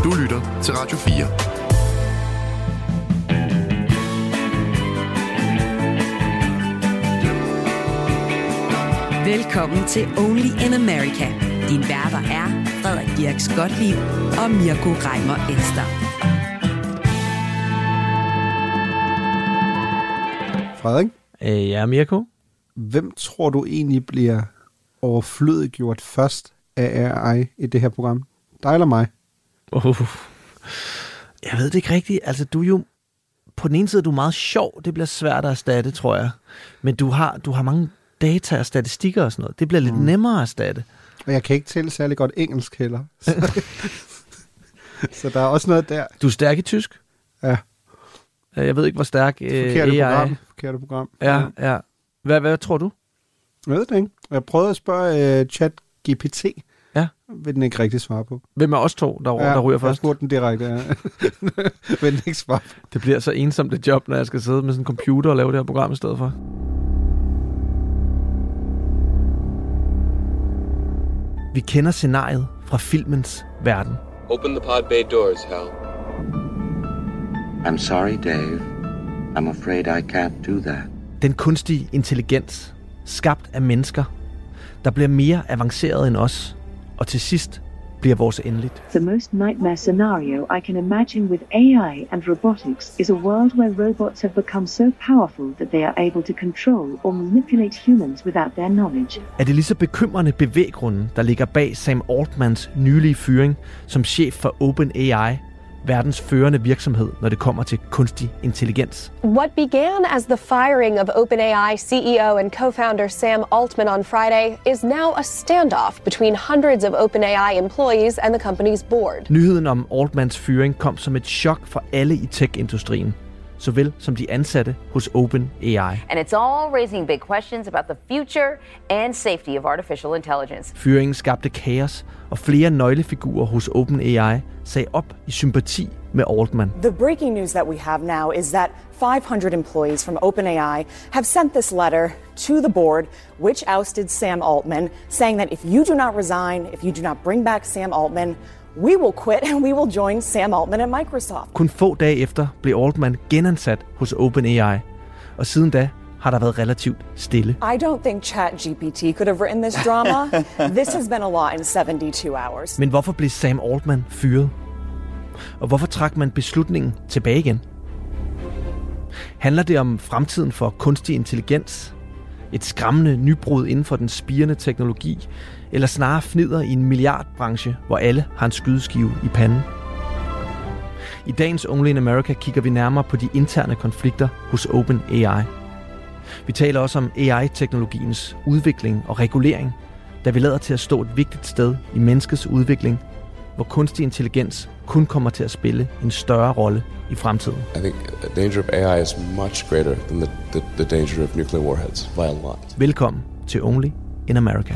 Du lytter til Radio 4. Velkommen til Only in America. Din værter er Frederik Dirks Gottlieb og Mirko Reimer Elster. Frederik? Ja, Mirko? Hvem tror du egentlig bliver overflødiggjort først af AI i det her program? Dig eller mig? Jeg ved det ikke rigtigt. Altså, du er jo... På den ene side, du er meget sjov. Det bliver svært at erstatte, tror jeg. Men du har mange data og statistikker og sådan noget. Det bliver lidt nemmere at erstatte. Og jeg kan ikke tælle særlig godt engelsk heller. Så der er også noget der. Du er stærk i tysk? Ja. Jeg ved ikke, hvor stærk AI er. Forkerte program. Ja. Hvad tror du? Jeg ved det ikke. Jeg prøvede at spørge ChatGPT. Ja. Vil den ikke rigtig svare på. Hvem er os to, der ryger først? Jeg spurgte den direkte, ja. Vil den ikke svare på. Det bliver så ensomt et job, når jeg skal sidde med sådan en computer og lave det her program i stedet for. Vi kender scenariet fra filmens verden. Open the pod bay doors, Hal. I'm sorry, Dave. I'm afraid I can't do that. Den kunstige intelligens, skabt af mennesker, der bliver mere avanceret end os, og til sidst bliver vores endeligt. The most nightmare scenario I can imagine with AI and robotics is a world where robots have become so powerful that they are able to control or manipulate humans without their knowledge. Er det lige så bekymrende bevæggrunde, der ligger bag Sam Altmans nylige fyring som chef for OpenAI, verdens førende virksomhed, når det kommer til kunstig intelligens? What began as the firing of OpenAI CEO and co-founder Sam Altman on Friday is now a standoff between hundreds of OpenAI employees and the company's board. Nyheden om Altmans fyring kom som et chok for alle i tech-industrien, såvel som de ansatte hos OpenAI. And it's all raising big questions about the future and safety of artificial intelligence. Fyringen skabte kaos, og flere nøglefigurer hos OpenAI sagde op i sympati med Altman. The breaking news that we have now is that 500 employees from OpenAI have sent this letter to the board, which ousted Sam Altman, saying that if you do not resign, if you do not bring back Sam Altman, we will quit and we will join Sam Altman at Microsoft. Kun få dage efter blev Altman genansat hos OpenAI, og siden da har der været relativt stille. I don't think ChatGPT could have written this drama. This has been a lot in 72 hours. Men hvorfor blev Sam Altman fyret? Og hvorfor trak man beslutningen tilbage igen? Handler det om fremtiden for kunstig intelligens? Et skræmmende nybrud inden for den spirende teknologi? Eller snarere fnider i en milliardbranche, hvor alle har en skydeskive i panden? I dagens Only in America kigger vi nærmere på de interne konflikter hos OpenAI. Vi taler også om AI-teknologiens udvikling og regulering, da vi lader til at stå et vigtigt sted i menneskets udvikling, hvor kunstig intelligens kun kommer til at spille en større rolle i fremtiden. I think the danger of AI is much greater than the danger of nuclear warheads by a lot. Velkommen til Only in America.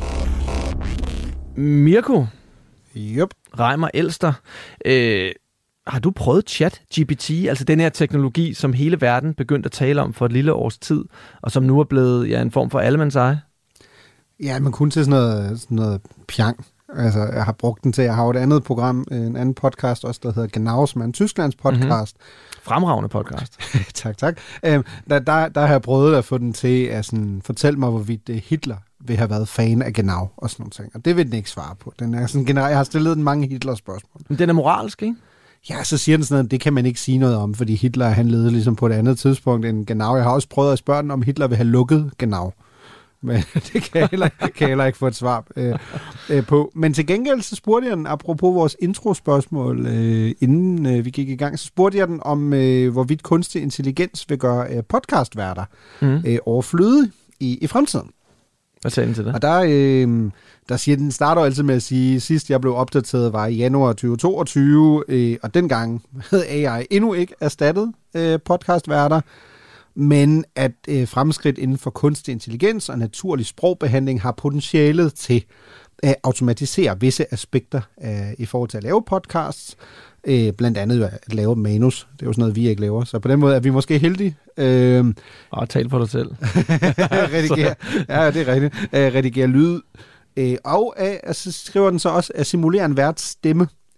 Mirko. Yep. Reimer Elster. Har du prøvet ChatGPT, altså den her teknologi, som hele verden begyndte at tale om for et lille års tid, og som nu er blevet en form for allemandseje? Ja, man kunne til sådan noget pjang. Altså, jeg har brugt den til, jeg har jo et andet program, en anden podcast også, der hedder Genau, som er en Tysklands podcast. Fremragende podcast. tak. Der har jeg prøvet at få den til at sådan, fortælle mig, hvorvidt Hitler vil have været fan af Genau og sådan nogle ting. Og det vil den ikke svare på. Den er sådan, jeg har stillet den mange Hitler-spørgsmål. Men den er moralsk, ikke? Ja, så siger den sådan noget, det kan man ikke sige noget om, fordi Hitler, han levede ligesom på et andet tidspunkt end Genau. Jeg har også prøvet at spørge den, om Hitler vil have lukket Genau. Men det kan jeg heller ikke få et svar på. Men til gengæld så spurgte jeg den, apropos vores introspørgsmål, inden vi gik i gang, så spurgte jeg den om, hvorvidt kunstig intelligens vil gøre podcastværter overflødige i fremtiden. Hvad sagde den til det? Og der siger den, starter altid med at sige, sidst jeg blev opdateret var i januar 2022, og dengang havde AI endnu ikke erstattet podcastværter, men at fremskridt inden for kunstig intelligens og naturlig sprogbehandling har potentialet til at automatisere visse aspekter i forhold til at lave podcasts, blandt andet at lave manus. Det er jo sådan noget, vi ikke laver, så på den måde er vi måske heldige. Tal for dig selv. Ja, det er rigtigt. Redigere lyd. Og så skriver den så også at simulere en værts stemme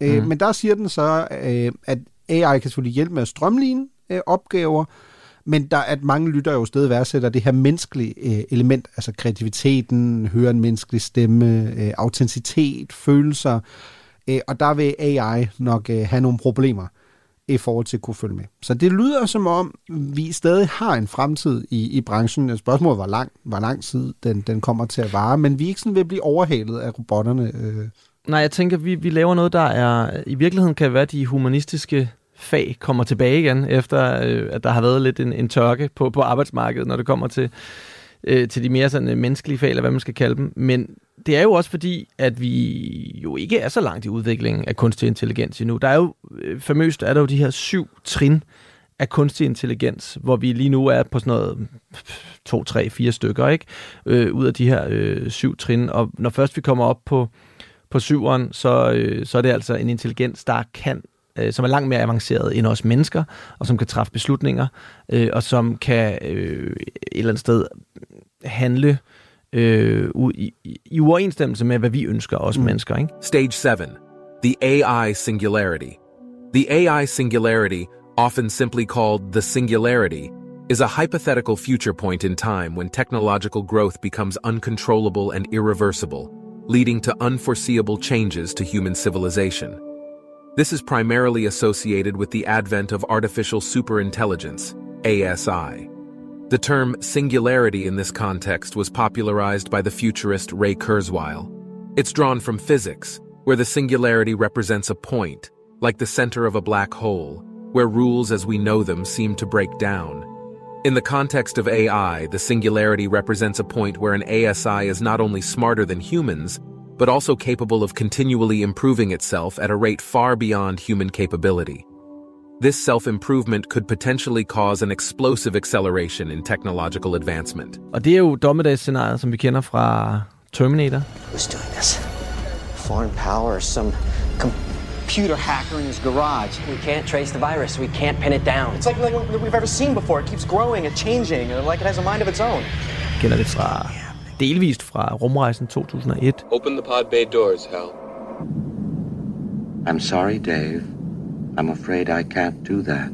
Men der siger den så, at AI kan selvfølgelig hjælpe med at strømline opgaver, men at mange lyttere jo stadig værdsætter det her menneskelige element, altså kreativiteten, høre en menneskelig stemme, autenticitet, følelser, og der vil AI nok have nogle problemer i forhold til at kunne følge med. Så det lyder som om, vi stadig har en fremtid i branchen. Spørgsmålet var hvor lang tid den kommer til at vare, men vi er ikke sådan ved at blive overhalet af robotterne. Nej, jeg tænker, vi laver noget, der er... I virkeligheden kan det være, at de humanistiske fag kommer tilbage igen, efter at der har været lidt en tørke på arbejdsmarkedet, når det kommer til de mere sådan menneskelige fag, eller hvad man skal kalde dem. Men det er jo også fordi, at vi jo ikke er så langt i udviklingen af kunstig intelligens endnu. Der er jo famøst er der jo de her 7 trin af kunstig intelligens, hvor vi lige nu er på sådan noget 2, 3, 4 stykker, ikke? Ud af de her 7 trin. Og når først vi kommer op på 7'eren, så er det altså en intelligens, der som er langt mere avanceret end os mennesker, og som kan træffe beslutninger, og som kan et eller andet sted handle i uoverensstemmelse med, hvad vi ønsker, os mennesker. Ikke? Stage 7. The AI singularity. The AI singularity, often simply called the singularity, is a hypothetical future point in time when technological growth becomes uncontrollable and irreversible, leading to unforeseeable changes to human civilization. This is primarily associated with the advent of artificial superintelligence, ASI. The term singularity in this context was popularized by the futurist Ray Kurzweil. It's drawn from physics, where the singularity represents a point, like the center of a black hole, where rules as we know them seem to break down. In the context of AI, the singularity represents a point where an ASI is not only smarter than humans, but also capable of continually improving itself at a rate far beyond human capability. This self-improvement could potentially cause an explosive acceleration in technological advancement. Og det er jo dommedagsscenariet, som vi kender fra Terminator. Who's doing this? Foreign power or some computer hacker in his garage? We can't trace the virus. We can't pin it down. It's like we've ever seen before. It keeps growing and changing, like it has a mind of its own. Kender det fra delvist fra rumrejsen 2001. Open the pod bay doors, Hal. I'm sorry, Dave. I'm afraid I can't do that.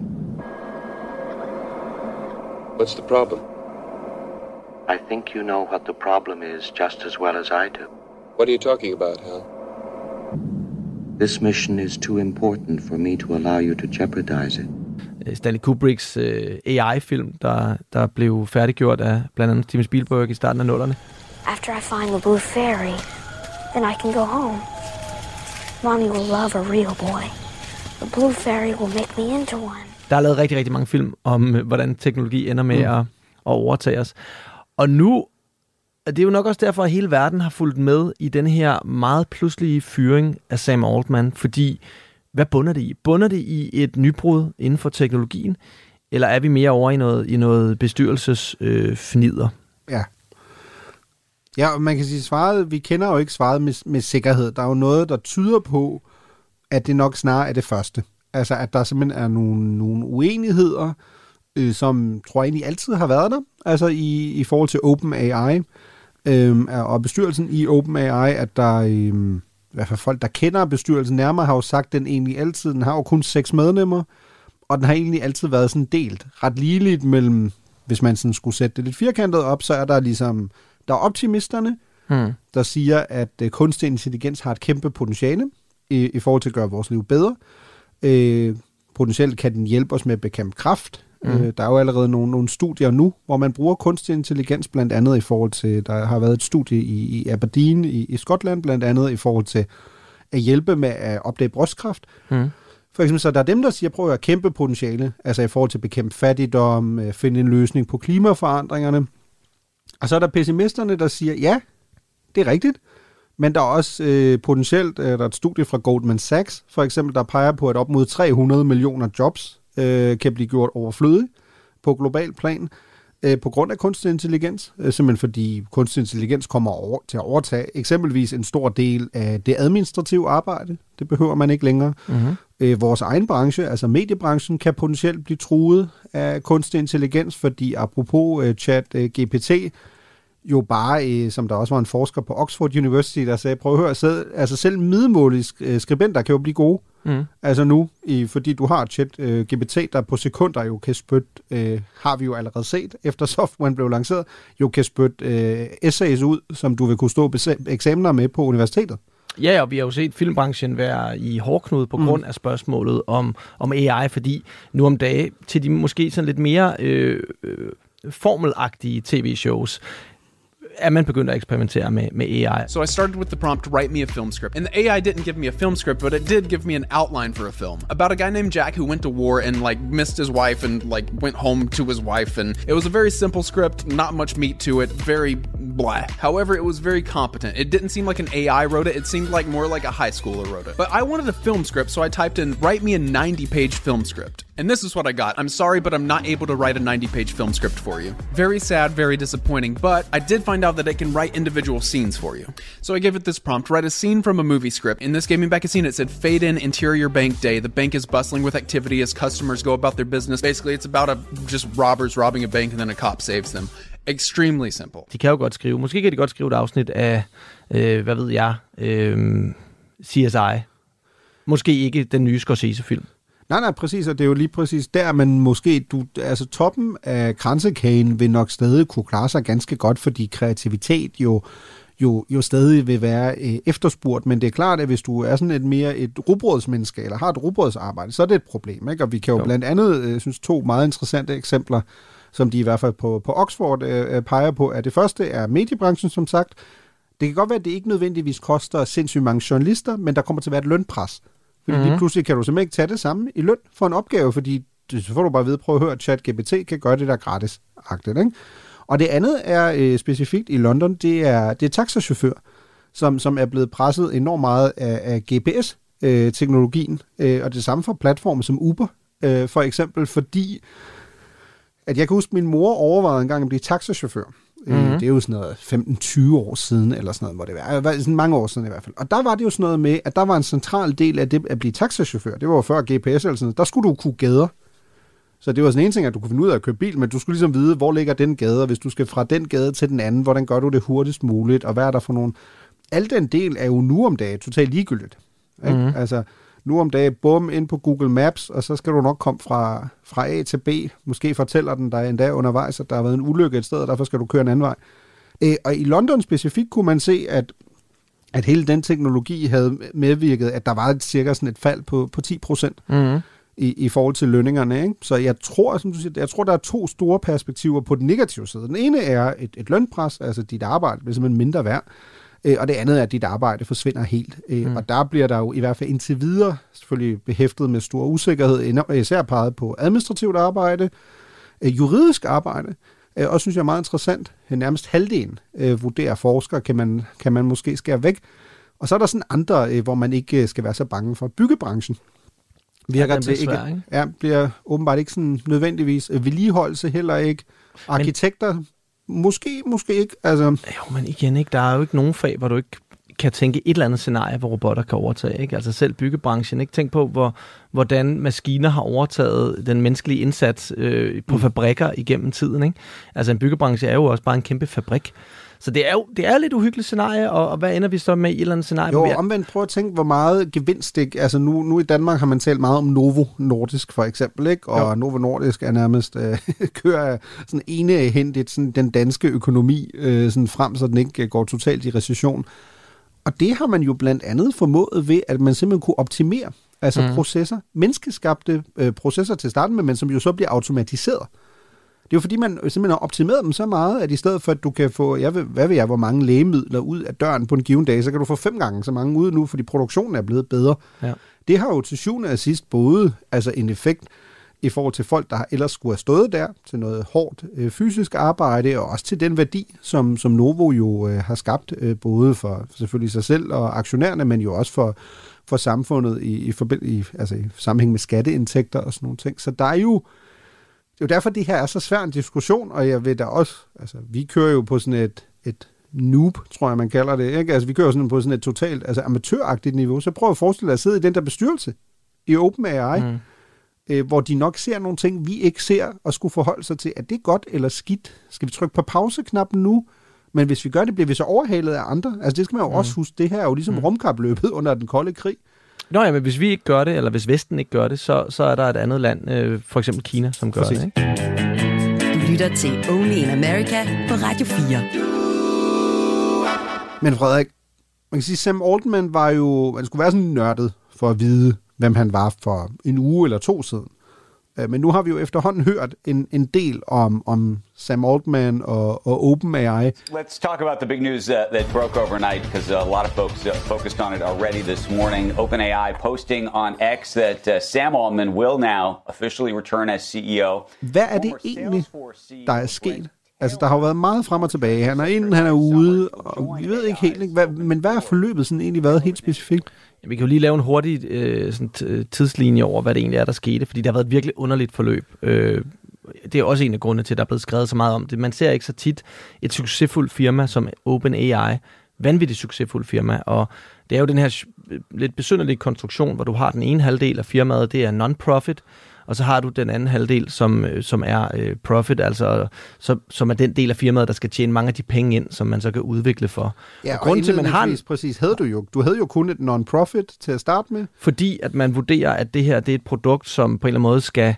What's the problem? I think you know what the problem is just as well as I do. What are you talking about, Hal? This mission is too important for me to allow you to jeopardize it. Stanley Kubricks AI-film, der blev færdiggjort af blandt andet Steven Spielberg i starten af 00'erne. After I find the blue fairy, then I can go home. Mommy will love a real boy. The blue fairy will make me into one. Der er lavet rigtig, rigtig mange film om, hvordan teknologi ender med at overtage os. Og nu, det er jo nok også derfor, at hele verden har fulgt med i den her meget pludselige fyring af Sam Altman, fordi hvad bunder det i? Bunder det i et nybrud inden for teknologien, eller er vi mere over i noget bestyrelsesfnider? Ja, og man kan sige svaret, vi kender jo ikke svaret med sikkerhed. Der er jo noget, der tyder på, at det nok snarere er det første. Altså, at der simpelthen er nogle uenigheder, som tror jeg egentlig altid har været der, altså i forhold til OpenAI og bestyrelsen i OpenAI, at der i hvert fald folk, der kender bestyrelsen nærmere, har jo sagt, at den egentlig altid, den har jo kun 6 medlemmer, og den har egentlig altid været sådan delt ret ligeligt mellem, hvis man sådan skulle sætte det lidt firkantet op, så er der ligesom, der er optimisterne, der siger, at kunstig intelligens har et kæmpe potentiale i forhold til at gøre vores liv bedre. Potentielt kan den hjælpe os med at bekæmpe kræft. Der er jo allerede nogle studier nu, hvor man bruger kunstig intelligens, blandt andet i forhold til, der har været et studie i Aberdeen i Skotland, blandt andet i forhold til at hjælpe med at opdage brystkræft. For eksempel, så der er dem, der siger, prøv at kæmpe potentiale, altså i forhold til at bekæmpe fattigdom, finde en løsning på klimaforandringerne. Og så er der pessimisterne, der siger, ja, det er rigtigt, men der er også potentielt, der er et studie fra Goldman Sachs, for eksempel, der peger på, at op mod 300 millioner jobs kan blive gjort overflødige på global plan på grund af kunstig intelligens, simpelthen fordi kunstig intelligens kommer til at overtage eksempelvis en stor del af det administrative arbejde. Det behøver man ikke længere. Vores egen branche, altså mediebranchen, kan potentielt blive truet af kunstig intelligens, fordi apropos chat GPT, jo bare, som der også var en forsker på Oxford University, der sagde, prøv at høre, altså selv middelmålige skribenter kan jo blive gode. Altså nu, fordi du har ChatGPT, der på sekunder jo kan spytte, har vi jo allerede set, efter softwaren blev lanceret, jo kan spytte essays ud, som du vil kunne stå eksamener med på universitetet. Ja, og vi har jo set filmbranchen være i hårdknude på grund af spørgsmålet om AI, fordi nu om dagen til de måske sådan lidt mere formelagtige tv-shows, er man begyndt at eksperimentere med AI. So I started with the prompt, write me a film script. And the AI didn't give me a film script, but it did give me an outline for a film. About a guy named Jack who went to war and missed his wife and went home to his wife. And it was a very simple script, not much meat to it, very blah. However, it was very competent. It didn't seem like an AI wrote it. It seemed more like a high schooler wrote it. But I wanted a film script, so I typed in, write me a 90-page film script. And this is what I got. I'm sorry, but I'm not able to write a 90-page film script for you. Very sad, very disappointing, but I did find out that it can write individual scenes for you. So I gave it this prompt, write a scene from a movie script. And this gave me back a scene. It said, fade in, interior bank day. The bank is bustling with activity as customers go about their business. Basically, it's about just robbers robbing a bank, and then a cop saves them. Extremely simple. De kan jo godt skrive. Måske kan de godt skrive et afsnit af, hvad ved jeg, CSI. Måske ikke den nye Scorsese-film. Nej, præcis, og det er jo lige præcis der, men måske toppen af kransekagen vil nok stadig kunne klare sig ganske godt, fordi kreativitet jo stadig vil være efterspurgt, men det er klart, at hvis du er sådan et rugbrødsmenneske, eller har et rugbrødsarbejde, så er det et problem, ikke? Og vi kan jo blandt andet, synes 2 meget interessante eksempler, som de i hvert fald på Oxford peger på, at det første er mediebranchen, som sagt. Det kan godt være, at det ikke nødvendigvis koster sindssygt mange journalister, men der kommer til at være et lønpres. Fordi lige pludselig kan du simpelthen ikke tage det samme i løn for en opgave, fordi så får du bare ved at prøve at høre, at ChatGPT kan gøre det der gratis-agtigt, ikke? Og det andet er specifikt i London, det er taxachauffør, som er blevet presset enormt meget af GPS-teknologien, og det samme for platforme som Uber, for eksempel, fordi at jeg kan huske, min mor overvejede engang at blive taxachauffør. Det er jo sådan noget 15-20 år siden, eller sådan noget, hvor det var. Sådan mange år siden i hvert fald. Og der var det jo sådan noget med, at der var en central del af det at blive taxachauffør. Det var jo før GPS eller sådan noget. Der skulle du kunne gader. Så det var sådan en ting, at du kunne finde ud af at køre bil, men du skulle ligesom vide, hvor ligger den gade, og hvis du skal fra den gade til den anden, hvordan gør du det hurtigst muligt, og hvad er der for nogle... Al den del er jo nu om dagen totalt ligegyldigt. Ikke? Altså, nu om dagen, bum, ind på Google Maps, og så skal du nok komme fra A til B. Måske fortæller den dig endda undervejs, at der har været en ulykke et sted, og derfor skal du køre en anden vej. Og i London specifikt kunne man se, at hele den teknologi havde medvirket, at der var cirka sådan et fald på 10% i forhold til lønningerne. Ikke? Så jeg tror, som du siger, der er 2 store perspektiver på den negative side. Den ene er et lønpres, altså dit arbejde bliver simpelthen mindre værd. Og det andet er, at dit arbejde forsvinder helt. Og der bliver der jo i hvert fald indtil videre selvfølgelig behæftet med stor usikkerhed, især peget på administrativt arbejde, juridisk arbejde, og synes jeg er meget interessant. Nærmest halvdelen vurderer forskere, kan man måske skære væk. Og så er der sådan andre, hvor man ikke skal være så bange for. Byggebranchen bliver åbenbart ikke sådan nødvendigvis. Vedligeholdelse heller ikke. Arkitekter måske ikke. Altså. Jo, men igen ikke. Der er jo ikke nogen fag, hvor du ikke kan tænke et eller andet scenarie, hvor robotter kan overtage. Ikke? Altså selv byggebranchen. Ikke? Tænk på, hvordan maskiner har overtaget den menneskelige indsats på fabrikker igennem tiden. Ikke? Altså en byggebranche er jo også bare en kæmpe fabrik. Så det er lidt uhyggeligt scenarie, og hvad ender vi så med i et eller andet scenarie? Jo, omvendt prøv at tænke, hvor meget gevinst det. Altså nu i Danmark har man talt meget om Novo Nordisk for eksempel, ikke? Og Novo Nordisk er nærmest kører sådan enehændigt sådan den danske økonomi sådan frem, så den ikke går totalt i recession. Og det har man jo blandt andet formået ved, at man simpelthen kunne optimere processer, menneskeskabte processer til starten med, men som jo så bliver automatiseret. Det er jo fordi, man simpelthen har optimeret dem så meget, at i stedet for, at du kan få, hvor mange lægemidler ud af døren på en given dag, så kan du få 5 gange så mange ud nu, fordi produktionen er blevet bedre. Ja. Det har jo til syvende og sidst både en effekt i forhold til folk, der ellers skulle have stået der, til noget hårdt fysisk arbejde, og også til den værdi, som Novo jo har skabt, både for selvfølgelig sig selv og aktionærerne, men jo også for samfundet i sammenhæng med skatteindtægter og sådan nogle ting. Så der er jo det er jo derfor, det her er så svær en diskussion, og jeg ved da også, vi kører jo på sådan et noob, tror jeg, man kalder det, ikke? Altså, vi kører sådan på sådan et totalt amatøragtigt niveau, så prøv at forestille dig at sidde i den der bestyrelse i OpenAI, hvor de nok ser nogle ting, vi ikke ser, og skulle forholde sig til, er det godt eller skidt? Skal vi trykke på pauseknappen nu? Men hvis vi gør det, bliver vi så overhalet af andre. Altså det skal man jo også huske. Det her er jo ligesom rumkapløbet under den kolde krig. Nå ja, men hvis vi ikke gør det, eller hvis Vesten ikke gør det, så er der et andet land, for eksempel Kina, som gør det. Ikke? Du lytter til Only in America på Radio 4. Men Frederik, man kan sige, Sam Altman var jo, man skulle være sådan nørdet for at vide, hvem han var for en uge eller 2 siden. Men nu har vi jo efterhånden hørt en del om Sam Altman og OpenAI. Let's talk about the big news that broke overnight, because a lot of folks focused on it already this morning. OpenAI posting on X that Sam Altman will now officially return as CEO. Hvad er det egentlig, der er sket? Altså, der har jo været meget frem og tilbage. Han er ude, og vi ved ikke helt, ikke? Men hvad er forløbet sådan egentlig været helt specifikt? Vi kan jo lige lave en hurtig tidslinje over, hvad det egentlig er, der skete, fordi det har været et virkelig underligt forløb. Det er også en af grundene til, at der er blevet skrevet så meget om det. Man ser ikke så tit et succesfuldt firma som OpenAI, vanvittigt succesfuldt firma, og det er jo den her lidt besynderlige konstruktion, hvor du har den ene halvdel af firmaet, det er non-profit, og så har du den anden halvdel, som er profit, altså som er den del af firmaet, der skal tjene mange af de penge ind, som man så kan udvikle for. Ja, og grunden til, man har præcis, du havde jo kun et non-profit til at starte med. Fordi at man vurderer, at det her det er et produkt, som på en eller anden måde skal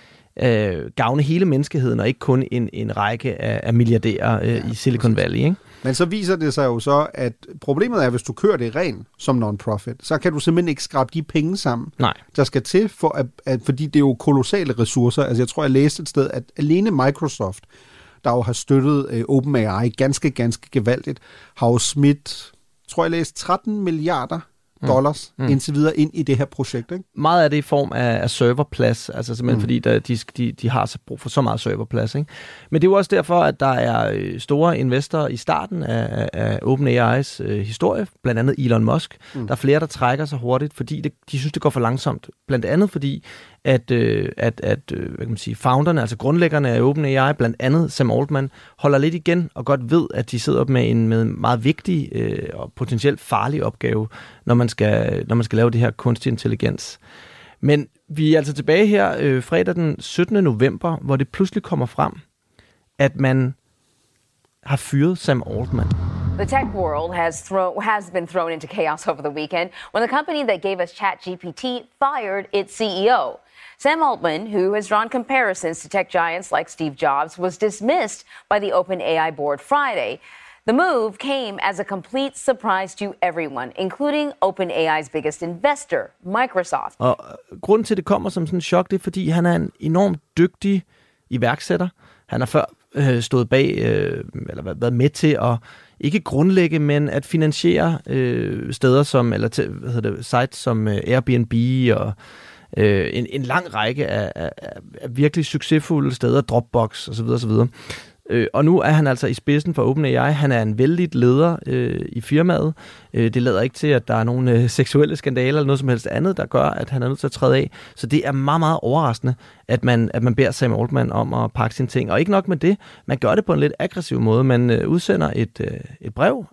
gavne hele menneskeheden, og ikke kun en række af milliardærer i Silicon Valley, ikke? Men så viser det sig jo så, at problemet er, at hvis du kører det ren som non-profit, så kan du simpelthen ikke skrabe de penge sammen, der skal til, fordi det er jo kolossale ressourcer. Altså jeg tror, jeg læste et sted, at alene Microsoft, der jo har støttet OpenAI ganske gevaldigt, har jo smidt, tror jeg læste, 13 milliarder dollars indtil videre ind i det her projekt, ikke? Meget af det i form af serverplads, altså simpelthen fordi de har så brug for så meget serverplads, ikke? Men det er jo også derfor, at der er store investorer i starten af OpenAI's historie, blandt andet Elon Musk. Der er flere, der trækker sig hurtigt, fordi de synes, det går for langsomt. Blandt andet fordi, at hvad kan man sige, founderne, altså grundlæggerne af OpenAI, blandt andet Sam Altman, holder lidt igen og godt ved, at de sidder med en meget vigtig og potentielt farlig opgave, når man skal lave det her kunstig intelligens. Men vi er altså tilbage her fredag den 17. november, hvor det pludselig kommer frem, at man har fyret Sam Altman. The tech world has been thrown into chaos over the weekend when the company that gave us ChatGPT fired its CEO. Sam Altman, who has drawn comparisons to tech giants like Steve Jobs, was dismissed by the OpenAI board Friday. The move came as a complete surprise to everyone, including OpenAI's biggest investor, Microsoft. Og grunden til, at det kommer som sådan en chok, det er, fordi han er en enormt dygtig iværksætter. Han har før stået bag, eller været med til at ikke grundlægge, men at finansiere steder som, sites som Airbnb og en lang række af virkelig succesfulde steder, Dropbox osv. Og nu er han altså i spidsen for OpenAI. Han er en vældig leder i firmaet. Det lader ikke til, at der er nogle seksuelle skandaler eller noget som helst andet, der gør, at han er nødt til at træde af. Så det er meget, meget overraskende, at man beder Sam Altman om at pakke sine ting. Og ikke nok med det, man gør det på en lidt aggressiv måde. Man udsender et brev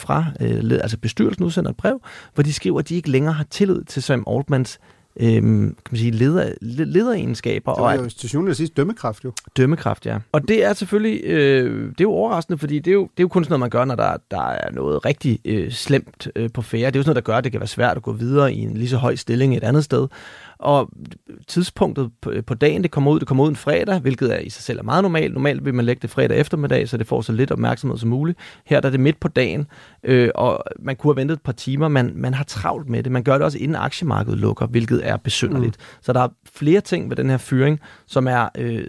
altså bestyrelsen udsender et brev, hvor de skriver, at de ikke længere har tillid til Sam Altmans kan man sige, lederegenskaber. Det var jo til syvende og sidst dømmekraft, jo. Dømmekraft, ja. Og det er selvfølgelig, det er jo overraskende, fordi det er jo kun sådan noget, man gør, når der er noget rigtig slemt på færre. Det er jo sådan noget, der gør, at det kan være svært at gå videre i en lige så høj stilling et andet sted. Og tidspunktet på dagen, det kommer ud en fredag, hvilket er i sig selv er meget normalt. Normalt vil man lægge det fredag eftermiddag, så det får så lidt opmærksomhed som muligt. Her der er det midt på dagen, og man kunne have ventet et par timer. Man har travlt med det. Man gør det også inden aktiemarkedet lukker, hvilket er besynderligt. Så der er flere ting ved den her fyring, som er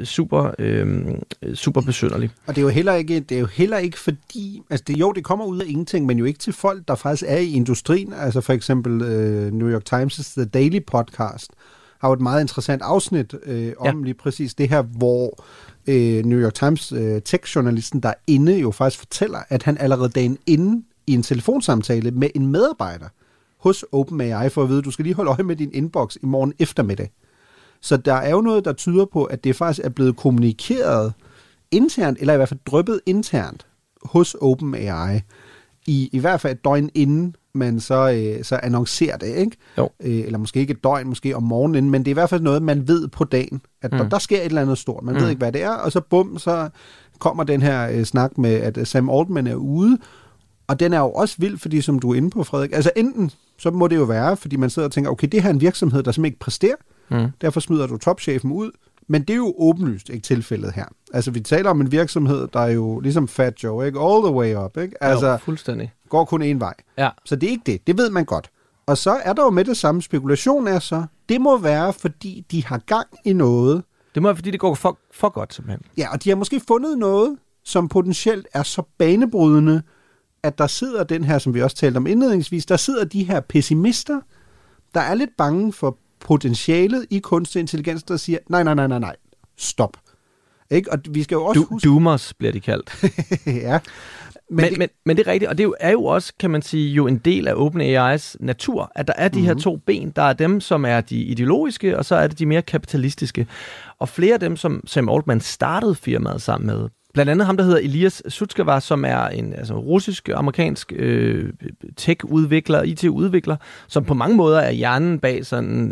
super besynderligt. Og det er jo heller ikke fordi, altså det kommer ud af ingenting, men jo ikke til folk, der faktisk er i industrien. Altså for eksempel New York Times' The Daily Podcast har jo et meget interessant afsnit om lige præcis det her, hvor New York Times tech-journalisten derinde jo faktisk fortæller, at han allerede dagen inden i en telefonsamtale med en medarbejder hos OpenAI for at vide, du skal lige holde øje med din inbox i morgen eftermiddag. Så der er jo noget, der tyder på, at det faktisk er blevet kommunikeret internt, eller i hvert fald dryppet internt hos OpenAI, i hvert fald et døgn inden man så annoncerer det, ikke? Jo. Eller måske ikke et døgn, måske om morgenen, men det er i hvert fald noget, man ved på dagen, at der sker et eller andet stort. Man ved ikke, hvad det er, og så bum, så kommer den her snak med, at Sam Altman er ude, og den er jo også vild, fordi som du er inde på, Frederik, altså enten, så må det jo være, fordi man sidder og tænker, okay, det her er en virksomhed, der simpelthen ikke præsterer, derfor smider du topchefen ud, men det er jo åbenlyst ikke tilfældet her. Altså, vi taler om en virksomhed, der er jo ligesom Fat Joe, ikke? All the way up, ikke? Altså, jo, fuldstændig. Går kun én vej. Ja. Så det er ikke det. Det ved man godt. Og så er der jo med det samme. Spekulation er så, det må være, fordi de har gang i noget. Det må være, fordi det går for godt, simpelthen. Ja, og de har måske fundet noget, som potentielt er så banebrydende, at der sidder den her, som vi også talte om indledningsvis, der sidder de her pessimister, der er lidt bange for potentialet i kunstig intelligens, der siger, nej, stop. Ikke? Og vi skal jo også huske... Doomers bliver de kaldt. Ja. Men det er rigtigt, og det er jo også, kan man sige, jo en del af OpenAI's natur, at der er de her to ben. Der er dem, som er de ideologiske, og så er det de mere kapitalistiske. Og flere af dem, som Sam Altman startede firmaet sammen med, blandt andet ham, der hedder Elias Sutskever, som er en russisk-amerikansk tech-udvikler, IT-udvikler, som på mange måder er hjernen bag sådan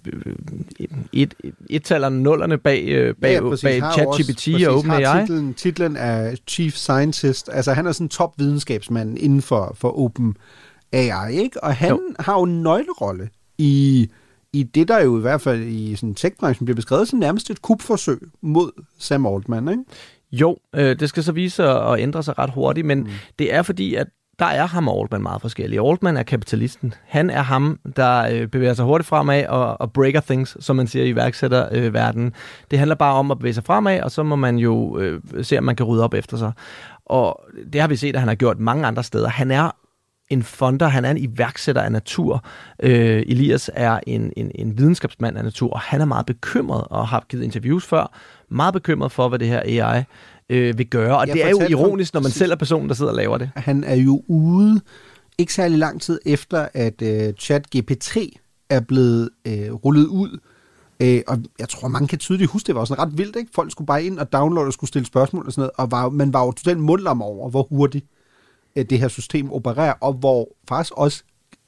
et-tallerne, nullerne bag ChatGPT og OpenAI. Titlen er Chief Scientist, altså han er sådan en top-videnskabsmand inden for OpenAI, ikke? Og han har jo en nøglerolle i det, der jo i hvert fald i sådan tech-branchen bliver beskrevet som nærmest et kupforsøg mod Sam Altman, ikke? Jo, det skal så vise sig at ændre sig ret hurtigt, men det er fordi, at der er ham og Altman meget forskellige. Altman er kapitalisten. Han er ham, der bevæger sig hurtigt fremad og breaker things, som man siger i iværksætterverdenen. Det handler bare om at bevæge sig fremad, og så må man jo se, om man kan rydde op efter sig. Og det har vi set, at han har gjort mange andre steder. Han er en fonder, han er en iværksætter af natur. Elias er en videnskabsmand af natur, og han er meget bekymret, og har givet interviews før, meget bekymret for, hvad det her AI vil gøre. Og det er jo ironisk, når man selv er personen, der sidder og laver det. Han er jo ude ikke særlig lang tid efter, at ChatGPT er blevet rullet ud. Og jeg tror, mange kan tydeligt huske, det var sådan ret vildt, ikke? Folk skulle bare ind og downloade og skulle stille spørgsmål og sådan noget, og man var jo totalt mundlam over, hvor hurtigt det her system opererer, og hvor faktisk også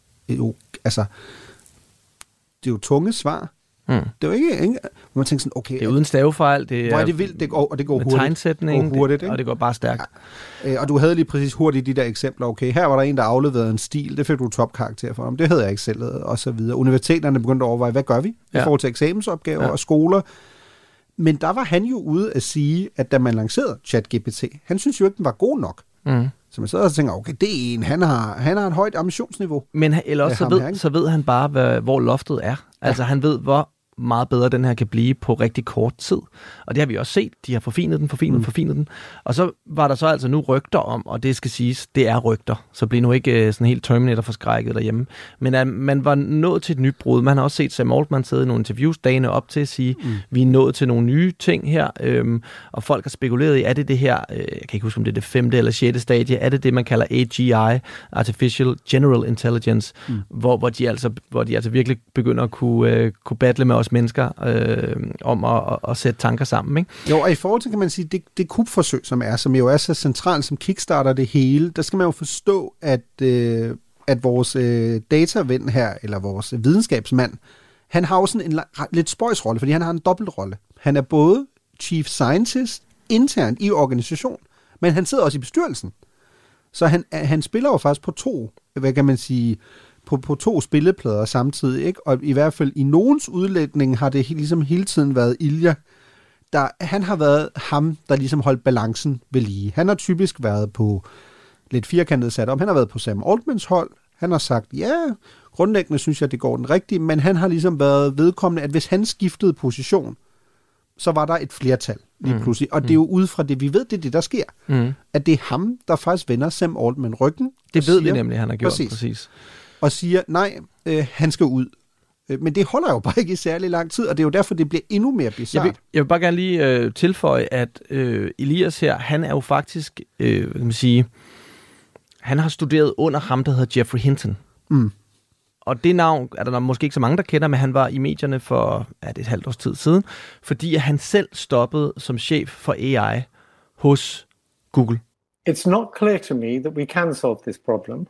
altså, det er jo tunge svar. Det er jo ikke hvor man tænker sådan, okay... Det er uden stavefejl, hvor er det vildt, og det går hurtigt. Tegnsætning, hurtigt, og det går bare stærkt. Ja. Og du havde lige præcis hurtigt de der eksempler, okay, her var der en, der afleverede en stil, det fik du topkarakter for ham, det havde jeg ikke selv, og så videre. Universiteterne begyndte at overveje, hvad gør vi i forhold til eksamensopgaver og skoler? Men der var han jo ude at sige, at da man lancerede ChatGPT, han synes jo ikke, den var god nok. Så man sidder og tænker, okay, det er en, han har et højt ambitionsniveau. Men eller også så ved han bare, hvor loftet er. Altså han ved, hvor meget bedre den her kan blive på rigtig kort tid. Og det har vi også set. De har forfinet den. Og så var der så altså nu rygter om, og det skal siges, det er rygter. Så bliver nu ikke sådan helt Terminator-forskrækket derhjemme. Men at man var nået til et nyt brud. Man har også set Sam Altman sidde i nogle interviews dagene op til at sige, vi er nået til nogle nye ting her. Og folk har spekuleret i, er det her, jeg kan ikke huske, om det er det 5. eller 6. stadie, er det man kalder AGI, Artificial General Intelligence, hvor de altså virkelig begynder at kunne battle med os mennesker om at sætte tanker sammen, ikke? Jo, og i forhold til, kan man sige, det kupforsøg, som jo er så centralt, som kickstarter det hele, der skal man jo forstå, at vores dataven her, eller vores videnskabsmand, han har jo sådan en lidt spøjsrolle, fordi han har en dobbeltrolle. Han er både chief scientist internt i organisationen, men han sidder også i bestyrelsen. Så han spiller jo faktisk på to, hvad kan man sige, på to spilleplader samtidig, ikke? Og i hvert fald i nogens udlægning har det ligesom hele tiden været Ilja. Han har været ham, der ligesom holdt balancen ved lige. Han har typisk været på lidt firkantet sat om. Han har været på Sam Altmans hold. Han har sagt, ja, grundlæggende synes jeg, det går den rigtige, men han har ligesom været vedkommende, at hvis han skiftede position, så var der et flertal lige pludselig. Og det er jo ud fra det, vi ved, det er det, der sker. At det er ham, der faktisk vender Sam Altman ryggen. Det ved vi nemlig, han har gjort, præcis. Og siger, nej, han skal ud. Men det holder jo bare ikke i særlig lang tid, og det er jo derfor, det bliver endnu mere bizarrt. Jeg vil bare gerne lige tilføje, at Elias her, han er jo faktisk, kan man sige, han har studeret under ham, der hedder Geoffrey Hinton. Og det navn er der måske ikke så mange, der kender, men han var i medierne for det et halvt års tid siden, fordi han selv stoppede som chef for AI hos Google. It's not clear to me that we can solve this problem.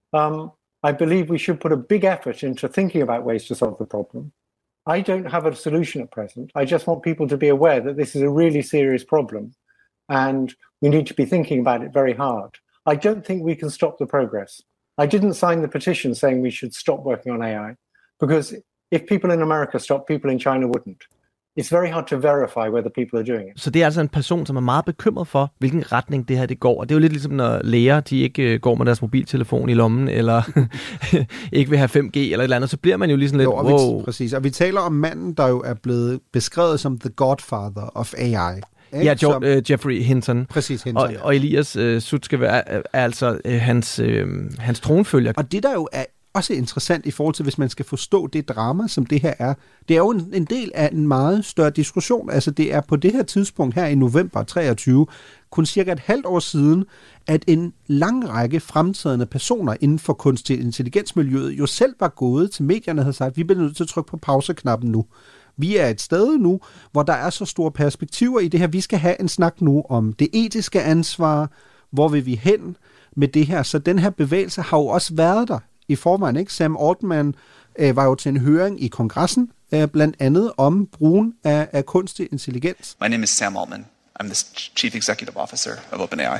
I believe we should put a big effort into thinking about ways to solve the problem. I don't have a solution at present. I just want people to be aware that this is a really serious problem and we need to be thinking about it very hard. I don't think we can stop the progress. I didn't sign the petition saying we should stop working on AI, because if people in America stopped, people in China wouldn't. It's very hard to verify whether people are doing it. Så det er altså en person, som er meget bekymret for, hvilken retning det her det går. Og det er jo lidt ligesom, når læger de ikke går med deres mobiltelefon i lommen, eller ikke vil have 5G eller et eller andet, så bliver man jo ligesom lidt, wow. Præcis, og vi taler om manden, der jo er blevet beskrevet som the godfather of AI. Ja, Jeffrey Hinton. Præcis, Hinton. Og Elias Sutskever er altså hans tronfølger. Og det der jo er også interessant i forhold til, hvis man skal forstå det drama, som det her er. Det er jo en del af en meget større diskussion. Altså det er på det her tidspunkt her i november 23, kun cirka et halvt år siden, at en lang række fremtrædende personer inden for kunstig intelligensmiljøet jo selv var gået til medierne og havde sagt, vi bliver nødt til at trykke på pauseknappen nu. Vi er et sted nu, hvor der er så store perspektiver i det her. Vi skal have en snak nu om det etiske ansvar. Hvor vil vi hen med det her? Så den her bevægelse har jo også været der i forvejen, ikke? Sam Altman var jo til en høring i kongressen, blandt andet om brugen af kunstig intelligens. My name is Sam Altman. I'm the Chief Executive Officer of OpenAI.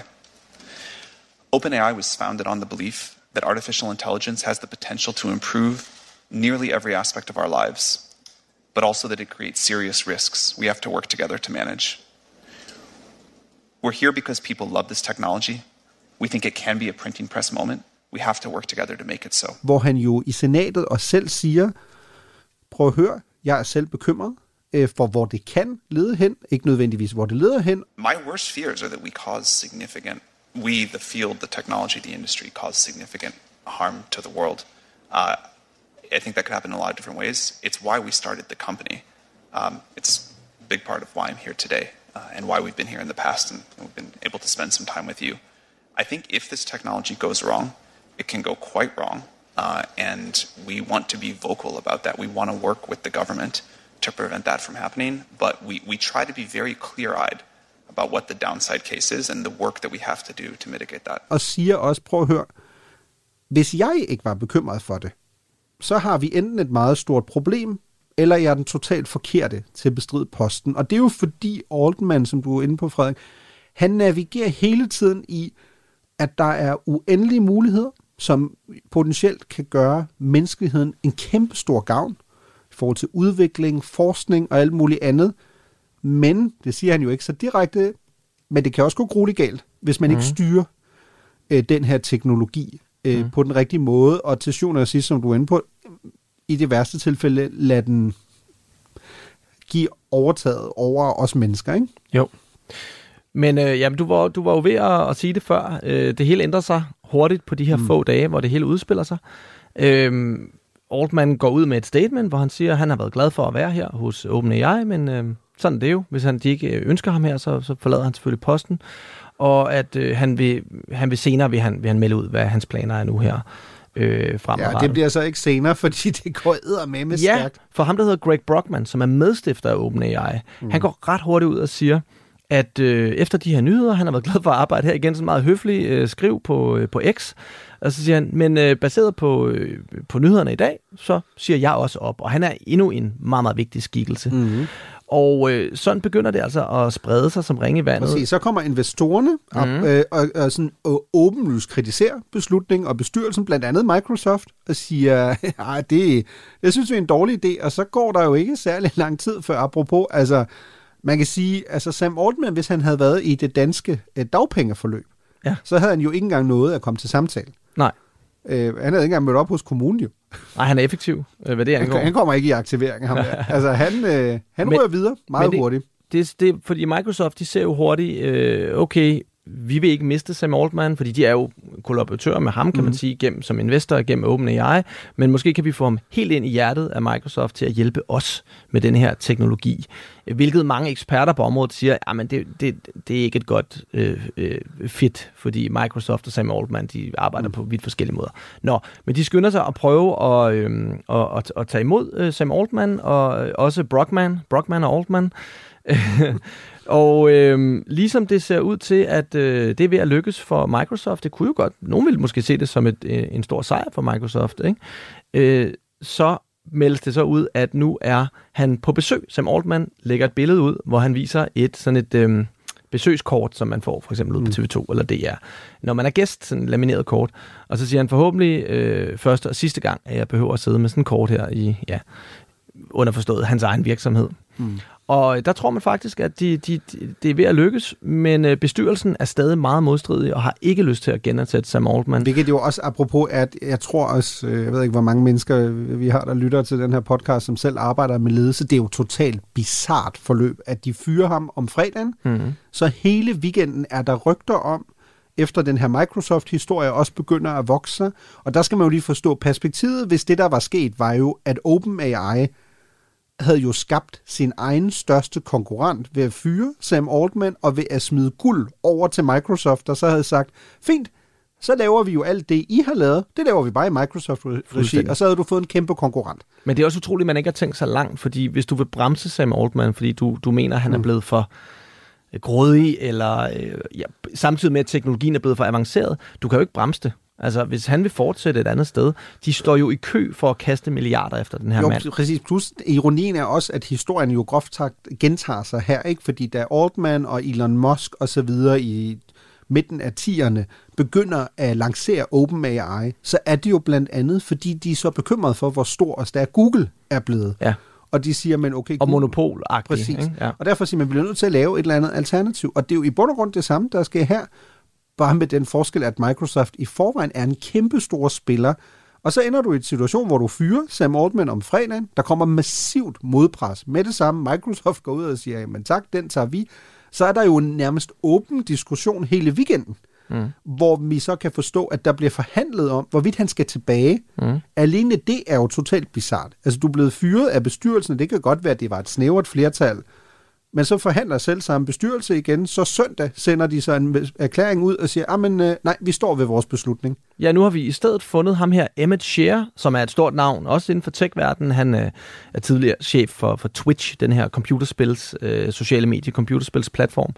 OpenAI was founded on the belief that artificial intelligence has the potential to improve nearly every aspect of our lives, but also that it creates serious risks we have to work together to manage. We're here because people love this technology. We think it can be a printing press moment. We have to work together to make it so. Hvor han jo i senatet og selv siger, prøv at høre, jeg er selv bekymret for, hvor det kan lede hen, ikke nødvendigvis, hvor det leder hen. My worst fears are that we, the field, the technology, the industry, cause significant harm to the world. I think that could happen in a lot of different ways. It's why we started the company. It's a big part of why I'm here today and why we've been here in the past and we've been able to spend some time with you. I think if this technology goes wrong, it can go quite wrong, and we want to be vocal about that. We want to work with the government to prevent that from happening, but we try to be very clear-eyed about what the downside case is and the work that we have to do to mitigate that. Og siger også, prøv at høre, hvis jeg ikke var bekymret for det, så har vi enten et meget stort problem, eller jeg er den totalt forkerte til at bestride posten. Og det er jo fordi Altman, som du er inde på, Frederik, han navigerer hele tiden i, at der er uendelige muligheder, som potentielt kan gøre menneskeheden en kæmpe stor gavn i forhold til udvikling, forskning og alt muligt andet. Men, det siger han jo ikke så direkte, men det kan også gå grueligt galt, hvis man ikke styrer den her teknologi på den rigtige måde, og til syvende og sidst, som du er inde på, i det værste tilfælde, lad den give overtaget over os mennesker, ikke? Jo. Men jamen, du var jo ved at sige det før. Det hele ændrer sig hurtigt på de her få dage, hvor det hele udspiller sig. Altman går ud med et statement, hvor han siger, at han har været glad for at være her hos OpenAI, men sådan det er jo. Hvis de ikke ønsker ham her, så forlader han selvfølgelig posten. Og at han vil senere vil han melde ud, hvad hans planer er nu her fremadrettet. Ja, det bliver så ikke senere, fordi det går eddermame stærkt. Ja, for ham, der hedder Greg Brockman, som er medstifter af OpenAI, han går ret hurtigt ud og siger, at efter de her nyheder, han har været glad for at arbejde her igen, så meget høflig skriv på X, og så siger han, men baseret på nyhederne i dag, så siger jeg også op, og han er endnu en meget, meget vigtig skikkelse. Mm-hmm. Og sådan begynder det altså at sprede sig som ringe i vandet. Præcis, så kommer investorerne og sådan åbenlyst kritiserer beslutningen og bestyrelsen, blandt andet Microsoft, og siger, det synes vi er en dårlig idé, og så går der jo ikke særlig lang tid før, apropos, altså man kan sige, altså Sam Altman, hvis han havde været i det danske dagpengeforløb, så havde han jo ikke engang nået at komme til samtale. Nej. Han havde ikke engang mødt op hos kommunen jo. Nej, han er effektiv, hvad det angår. Han kommer ikke i aktivering. Altså han rører videre meget hurtigt. Det fordi Microsoft, de ser jo hurtigt, okay, vi vil ikke miste Sam Altman, fordi de er jo kollaboratører med ham, kan man sige, som investor gennem OpenAI, men måske kan vi få ham helt ind i hjertet af Microsoft til at hjælpe os med den her teknologi. Hvilket mange eksperter på området siger, at det er ikke et godt fit, fordi Microsoft og Sam Altman, de arbejder på vidt forskellige måder. Men de skynder sig at prøve at tage imod Sam Altman, og også Brockman og Altman. Og ligesom det ser ud til, at det er ved at lykkes for Microsoft, det kunne jo godt, nogen vil måske se det som en stor sejr for Microsoft, ikke? Så meldes det så ud, at nu er han på besøg. Sam Altman lægger et billede ud, hvor han viser et besøgskort, som man får for eksempel ud på TV2 eller DR. Når man er gæst, sådan en lamineret kort, og så siger han forhåbentlig første og sidste gang, at jeg behøver at sidde med sådan en kort her i, underforstået hans egen virksomhed. Og der tror man faktisk, at det er ved at lykkes, men bestyrelsen er stadig meget modstridig og har ikke lyst til at genansætte Sam Altman. Hvilket jo også, apropos, at jeg tror også, jeg ved ikke, hvor mange mennesker vi har, der lytter til den her podcast, som selv arbejder med ledelse. Det er jo totalt bizart forløb, at de fyrer ham om fredagen. Så hele weekenden er der rygter om, efter den her Microsoft-historie også begynder at vokse. Og der skal man jo lige forstå perspektivet, hvis det, der var sket, var jo, at OpenAI havde jo skabt sin egen største konkurrent ved at fyre Sam Altman og ved at smide guld over til Microsoft, og så havde sagt, fint, så laver vi jo alt det, I har lavet, det laver vi bare i Microsoft-regi, og så havde du fået en kæmpe konkurrent. Men det er også utroligt, at man ikke har tænkt så langt, fordi hvis du vil bremse Sam Altman, fordi du mener, at han er blevet for grådig, eller samtidig med, at teknologien er blevet for avanceret, du kan jo ikke bremse det. Altså, hvis han vil fortsætte et andet sted, de står jo i kø for at kaste milliarder efter den her mand. Jo, præcis. Plus, ironien er også, at historien jo groft sagt gentager sig her, ikke? Fordi da Altman og Elon Musk og så videre i midten af 10'erne begynder at lancere OpenAI, så er det jo blandt andet, fordi de er så bekymrede for, hvor stor og stærk Google er blevet. Ja. Og de siger, men okay... Og monopolagtigt. Præcis. Ikke? Ja. Og derfor siger man, bliver nødt til at lave et eller andet alternativ. Og det er jo i bund og grund det samme, der sker her, bare med den forskel, at Microsoft i forvejen er en kæmpe stor spiller. Og så ender du i en situation, hvor du fyrer Sam Altman om fredagen. Der kommer massivt modpres. Med det samme, Microsoft går ud og siger, jamen tak, den tager vi. Så er der jo en nærmest åben diskussion hele weekenden, hvor vi så kan forstå, at der bliver forhandlet om, hvorvidt han skal tilbage. Alene det er jo totalt bizart. Altså, du er blevet fyret af bestyrelsen, det kan godt være, at det var et snævert flertal, men så forhandler selv samme bestyrelse igen, så søndag sender de så en erklæring ud og siger, nej, vi står ved vores beslutning. Ja, nu har vi i stedet fundet ham her, Emmett Shear, som er et stort navn, også inden for tech-verdenen. Han er tidligere chef for Twitch, den her computerspils, sociale medie computerspils-platform.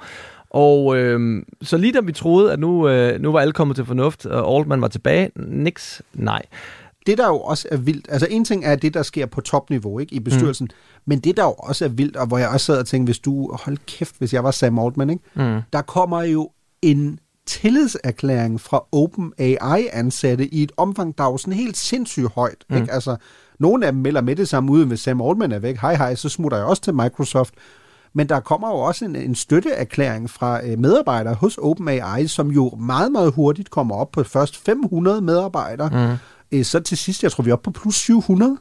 Og så lige da vi troede, at nu var alle kommet til fornuft, og Altman var tilbage, nej. Det, der jo også er vildt, altså en ting er det, der sker på topniveau, ikke, i bestyrelsen, men det, der jo også er vildt, og hvor jeg også sad og tænkte, hold kæft, hvis jeg var Sam Altman, ikke, der kommer jo en tillidserklæring fra OpenAI-ansatte i et omfang, der er jo sådan helt sindssygt højt. Ikke? Altså, nogle af dem melder med det samme ud, hvis Sam Altman er væk, hej, så smutter jeg også til Microsoft. Men der kommer jo også en støtteerklæring fra medarbejdere hos OpenAI, som jo meget, meget hurtigt kommer op på først 500 medarbejdere. Så til sidst, jeg tror, vi er oppe på plus 700.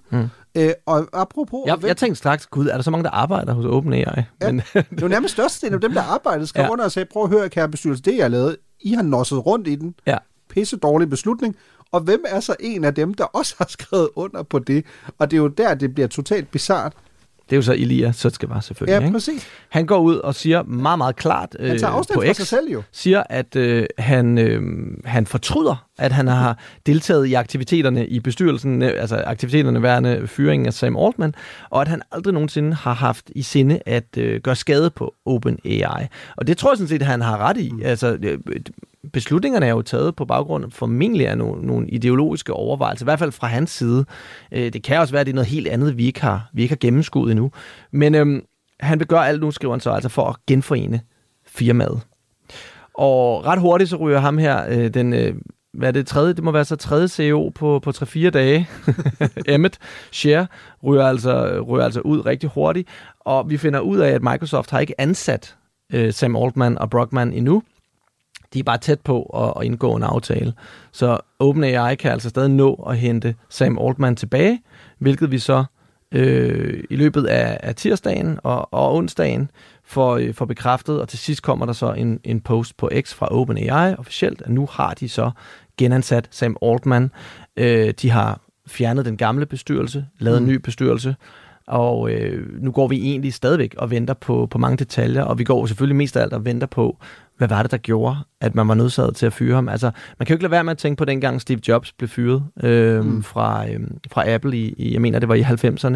Og apropos... Jeg tænkte straks, gud, er der så mange, der arbejder hos OpenAI? Ja, det er jo nærmest størstedelen af dem, der arbejder, skrev under og sagde, prøv at høre, kære bestyrelse, det jeg lavede, I har nosset rundt i den. Ja. Pisse dårlig beslutning. Og hvem er så en af dem, der også har skrevet under på det? Og det er jo der, det bliver totalt bizart. Det er jo så Ilya Sutskever selvfølgelig. Ja, præcis. Ikke? Han går ud og siger meget, meget klart han tager afstand på fra X, sig selv jo. Siger, at han fortryder, at han har deltaget i aktiviteterne i bestyrelsen, altså aktiviteterne værende fyringen af Sam Altman, og at han aldrig nogensinde har haft i sinde at gøre skade på OpenAI. Og det tror jeg sådan set, at han har ret i. Altså, beslutningerne er jo taget på baggrund formentlig af nogle ideologiske overvejelser, i hvert fald fra hans side. Det kan også være, at det er noget helt andet, vi ikke har gennemskuet endnu. Men han vil gøre alt nu, skriver han så, altså for at genforene firmaet. Og ret hurtigt så ryger ham her, det må være så tredje CEO på 3-4 dage. Emmett Shear ryger altså ud rigtig hurtigt, og vi finder ud af, at Microsoft har ikke ansat Sam Altman og Brockman endnu. De er bare tæt på at indgå en aftale. Så OpenAI kan altså stadig nå at hente Sam Altman tilbage, hvilket vi så i løbet af tirsdagen og onsdagen får bekræftet, og til sidst kommer der så en post på X fra OpenAI officielt, at nu har de så genansat Sam Altman. De har fjernet den gamle bestyrelse, lavet en ny bestyrelse, og nu går vi egentlig stadigvæk og venter på mange detaljer, og vi går selvfølgelig mest af alt og venter på, hvad var det, der gjorde, at man var nødsaget til at fyre ham? Altså, man kan jo ikke lade være med at tænke på dengang Steve Jobs blev fyret fra Apple i, jeg mener, det var i 90'erne.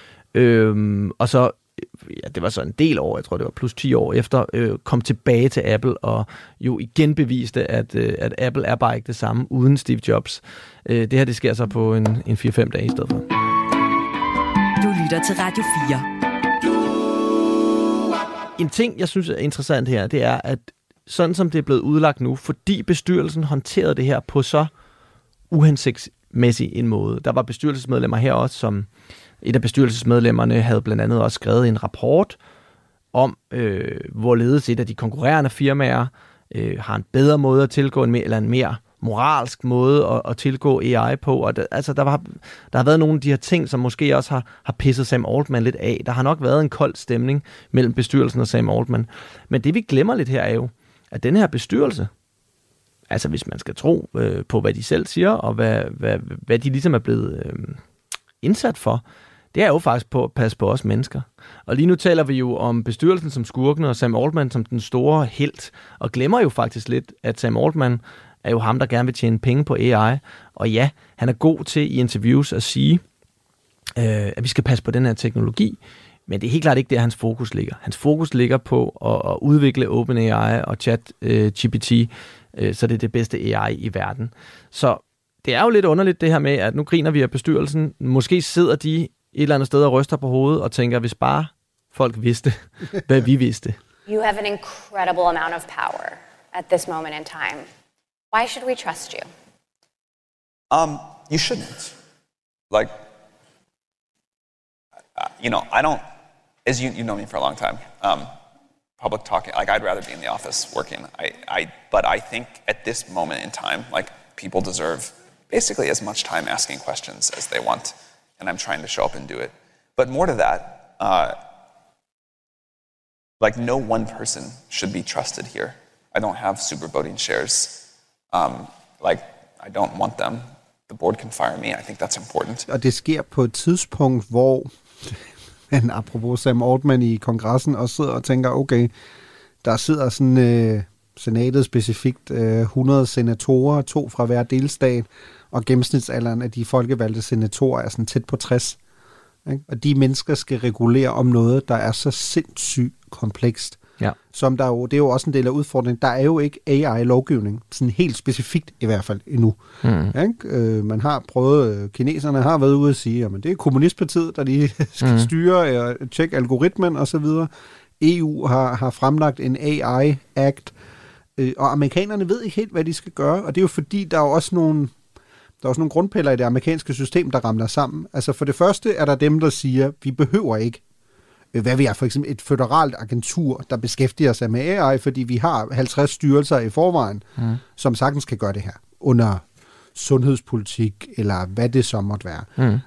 Og så, ja, det var så en del år, jeg tror, det var plus 10 år efter, kom tilbage til Apple og jo igen beviste, at Apple er bare ikke det samme uden Steve Jobs. Det her, det sker så på en 4-5 dage i stedet for. Du lytter til Radio 4. En ting, jeg synes er interessant her, det er, at sådan som det er blevet udlagt nu, fordi bestyrelsen håndterede det her på så uhensigtsmæssig en måde. Der var bestyrelsesmedlemmer her også, som et af bestyrelsesmedlemmerne havde blandt andet også skrevet en rapport om, hvorledes et af de konkurrerende firmaer har en bedre måde at tilgå, eller en mere moralsk måde at tilgå AI på. Og der har været nogle af de her ting, som måske også har pisset Sam Altman lidt af. Der har nok været en kold stemning mellem bestyrelsen og Sam Altman. Men det vi glemmer lidt her er jo, at den her bestyrelse, altså hvis man skal tro på, hvad de selv siger, og hvad de ligesom er blevet indsat for, det er jo faktisk på at passe på os mennesker. Og lige nu taler vi jo om bestyrelsen som skurken, og Sam Altman som den store helt, og glemmer jo faktisk lidt, at Sam Altman er jo ham, der gerne vil tjene penge på AI. Og ja, han er god til i interviews at sige, at vi skal passe på den her teknologi, men det er helt klart ikke der, hans fokus ligger. Hans fokus ligger på at udvikle OpenAI og ChatGPT, så det er det bedste AI i verden. Så det er jo lidt underligt det her med, at nu griner vi af bestyrelsen. Måske sidder de et eller andet sted og ryster på hovedet og tænker, hvis bare folk vidste, hvad vi vidste. You have an incredible amount of power at this moment in time. Why should we trust you? You shouldn't. Like, I don't, as you know me for a long time, public talking, like I'd rather be in the office working. But I think at this moment in time, like people deserve basically as much time asking questions as they want. And I'm trying to show up and do it. But more to that, like no one person should be trusted here. I don't have super voting shares. I don't want them. The board can fire me. I think that's important. Og det sker på et tidspunkt, hvor man, apropos Sam Altman i kongressen, også sidder og tænker, okay, der sidder sådan senatet specifikt 100 senatorer, 2 fra hver delstat, og gennemsnitsalderen af de folkevalgte senatorer er sådan tæt på 60. Ikke? Og de mennesker skal regulere om noget, der er så sindssygt komplekst. Ja. Som der jo, det er jo også en del af udfordringen. Der er jo ikke AI-lovgivning, sådan helt specifikt i hvert fald endnu. Ikke? Man har prøvet, kineserne har været ude at sige, at det er kommunistpartiet, der lige skal styre og tjekke algoritmen osv. EU har fremlagt en AI-act, og amerikanerne ved ikke helt, hvad de skal gøre, og det er jo fordi, der er også nogle grundpiller i det amerikanske system, der ramler sammen. Altså for det første er der dem, der siger, vi behøver ikke, hvad vi er for eksempel et føderalt agentur, der beskæftiger sig med AI, fordi vi har 50 styrelser i forvejen, som sagtens kan gøre det her, under sundhedspolitik, eller hvad det så måtte være.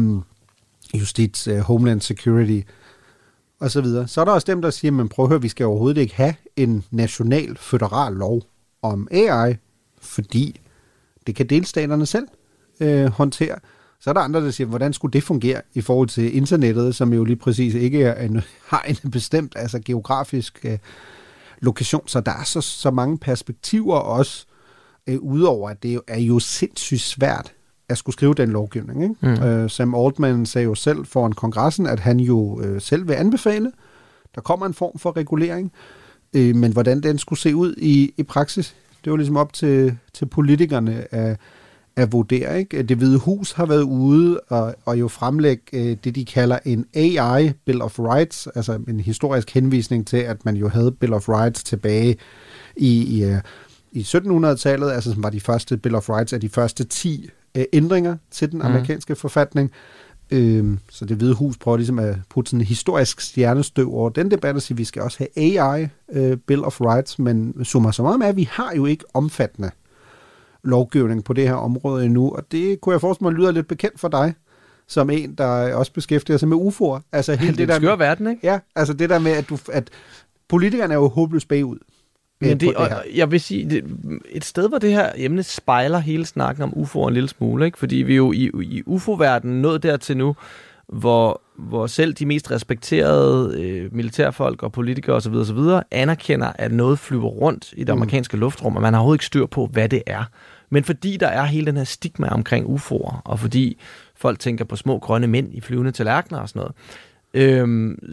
Justits, Homeland Security, og så videre. Så er der også dem, der siger, men prøv at høre, vi skal overhovedet ikke have en national føderal lov om AI, fordi det kan delstaterne selv håndtere. Så er der andre, der siger, hvordan skulle det fungere i forhold til internettet, som jo lige præcis ikke har en bestemt geografisk lokation. Så der er så mange perspektiver også, udover at det er jo sindssygt svært at skulle skrive den lovgivning. Ikke? Sam Altman sagde jo selv foran kongressen, at han jo selv vil anbefale, der kommer en form for regulering, men hvordan den skulle se ud i praksis, det var ligesom op til politikerne at vurdere. Ikke? Det Hvide Hus har været ude og jo fremlægge det, de kalder en AI Bill of Rights, altså en historisk henvisning til, at man jo havde Bill of Rights tilbage i 1700-tallet, altså som var de første Bill of Rights af de første 10 ændringer til den amerikanske forfatning. Så det Hvide Hus prøver ligesom at putte sådan en historisk stjernestøv over den debat og sige, at vi skal også have AI Bill of Rights, men summa summarum er, at vi har jo ikke omfattende lovgivning på det her område endnu, og det kunne jeg forestille mig lyder lidt bekendt for dig, som en, der også beskæftiger sig med UFO'er. Altså hele det der skøre verden, ikke? Ja, altså det der med, at politikerne er jo håbløst bagud. Men jeg vil sige, et sted, hvor det her emne spejler hele snakken om UFO'er en lille smule, ikke? Fordi vi jo i UFO-verdenen nået dertil nu, hvor selv de mest respekterede militærfolk og politikere osv. anerkender, at noget flyver rundt i det amerikanske luftrum, og man har overhovedet ikke styr på, hvad det er. Men fordi der er hele den her stigma omkring UFO'er, og fordi folk tænker på små grønne mænd i flyvende tallerkener og sådan noget,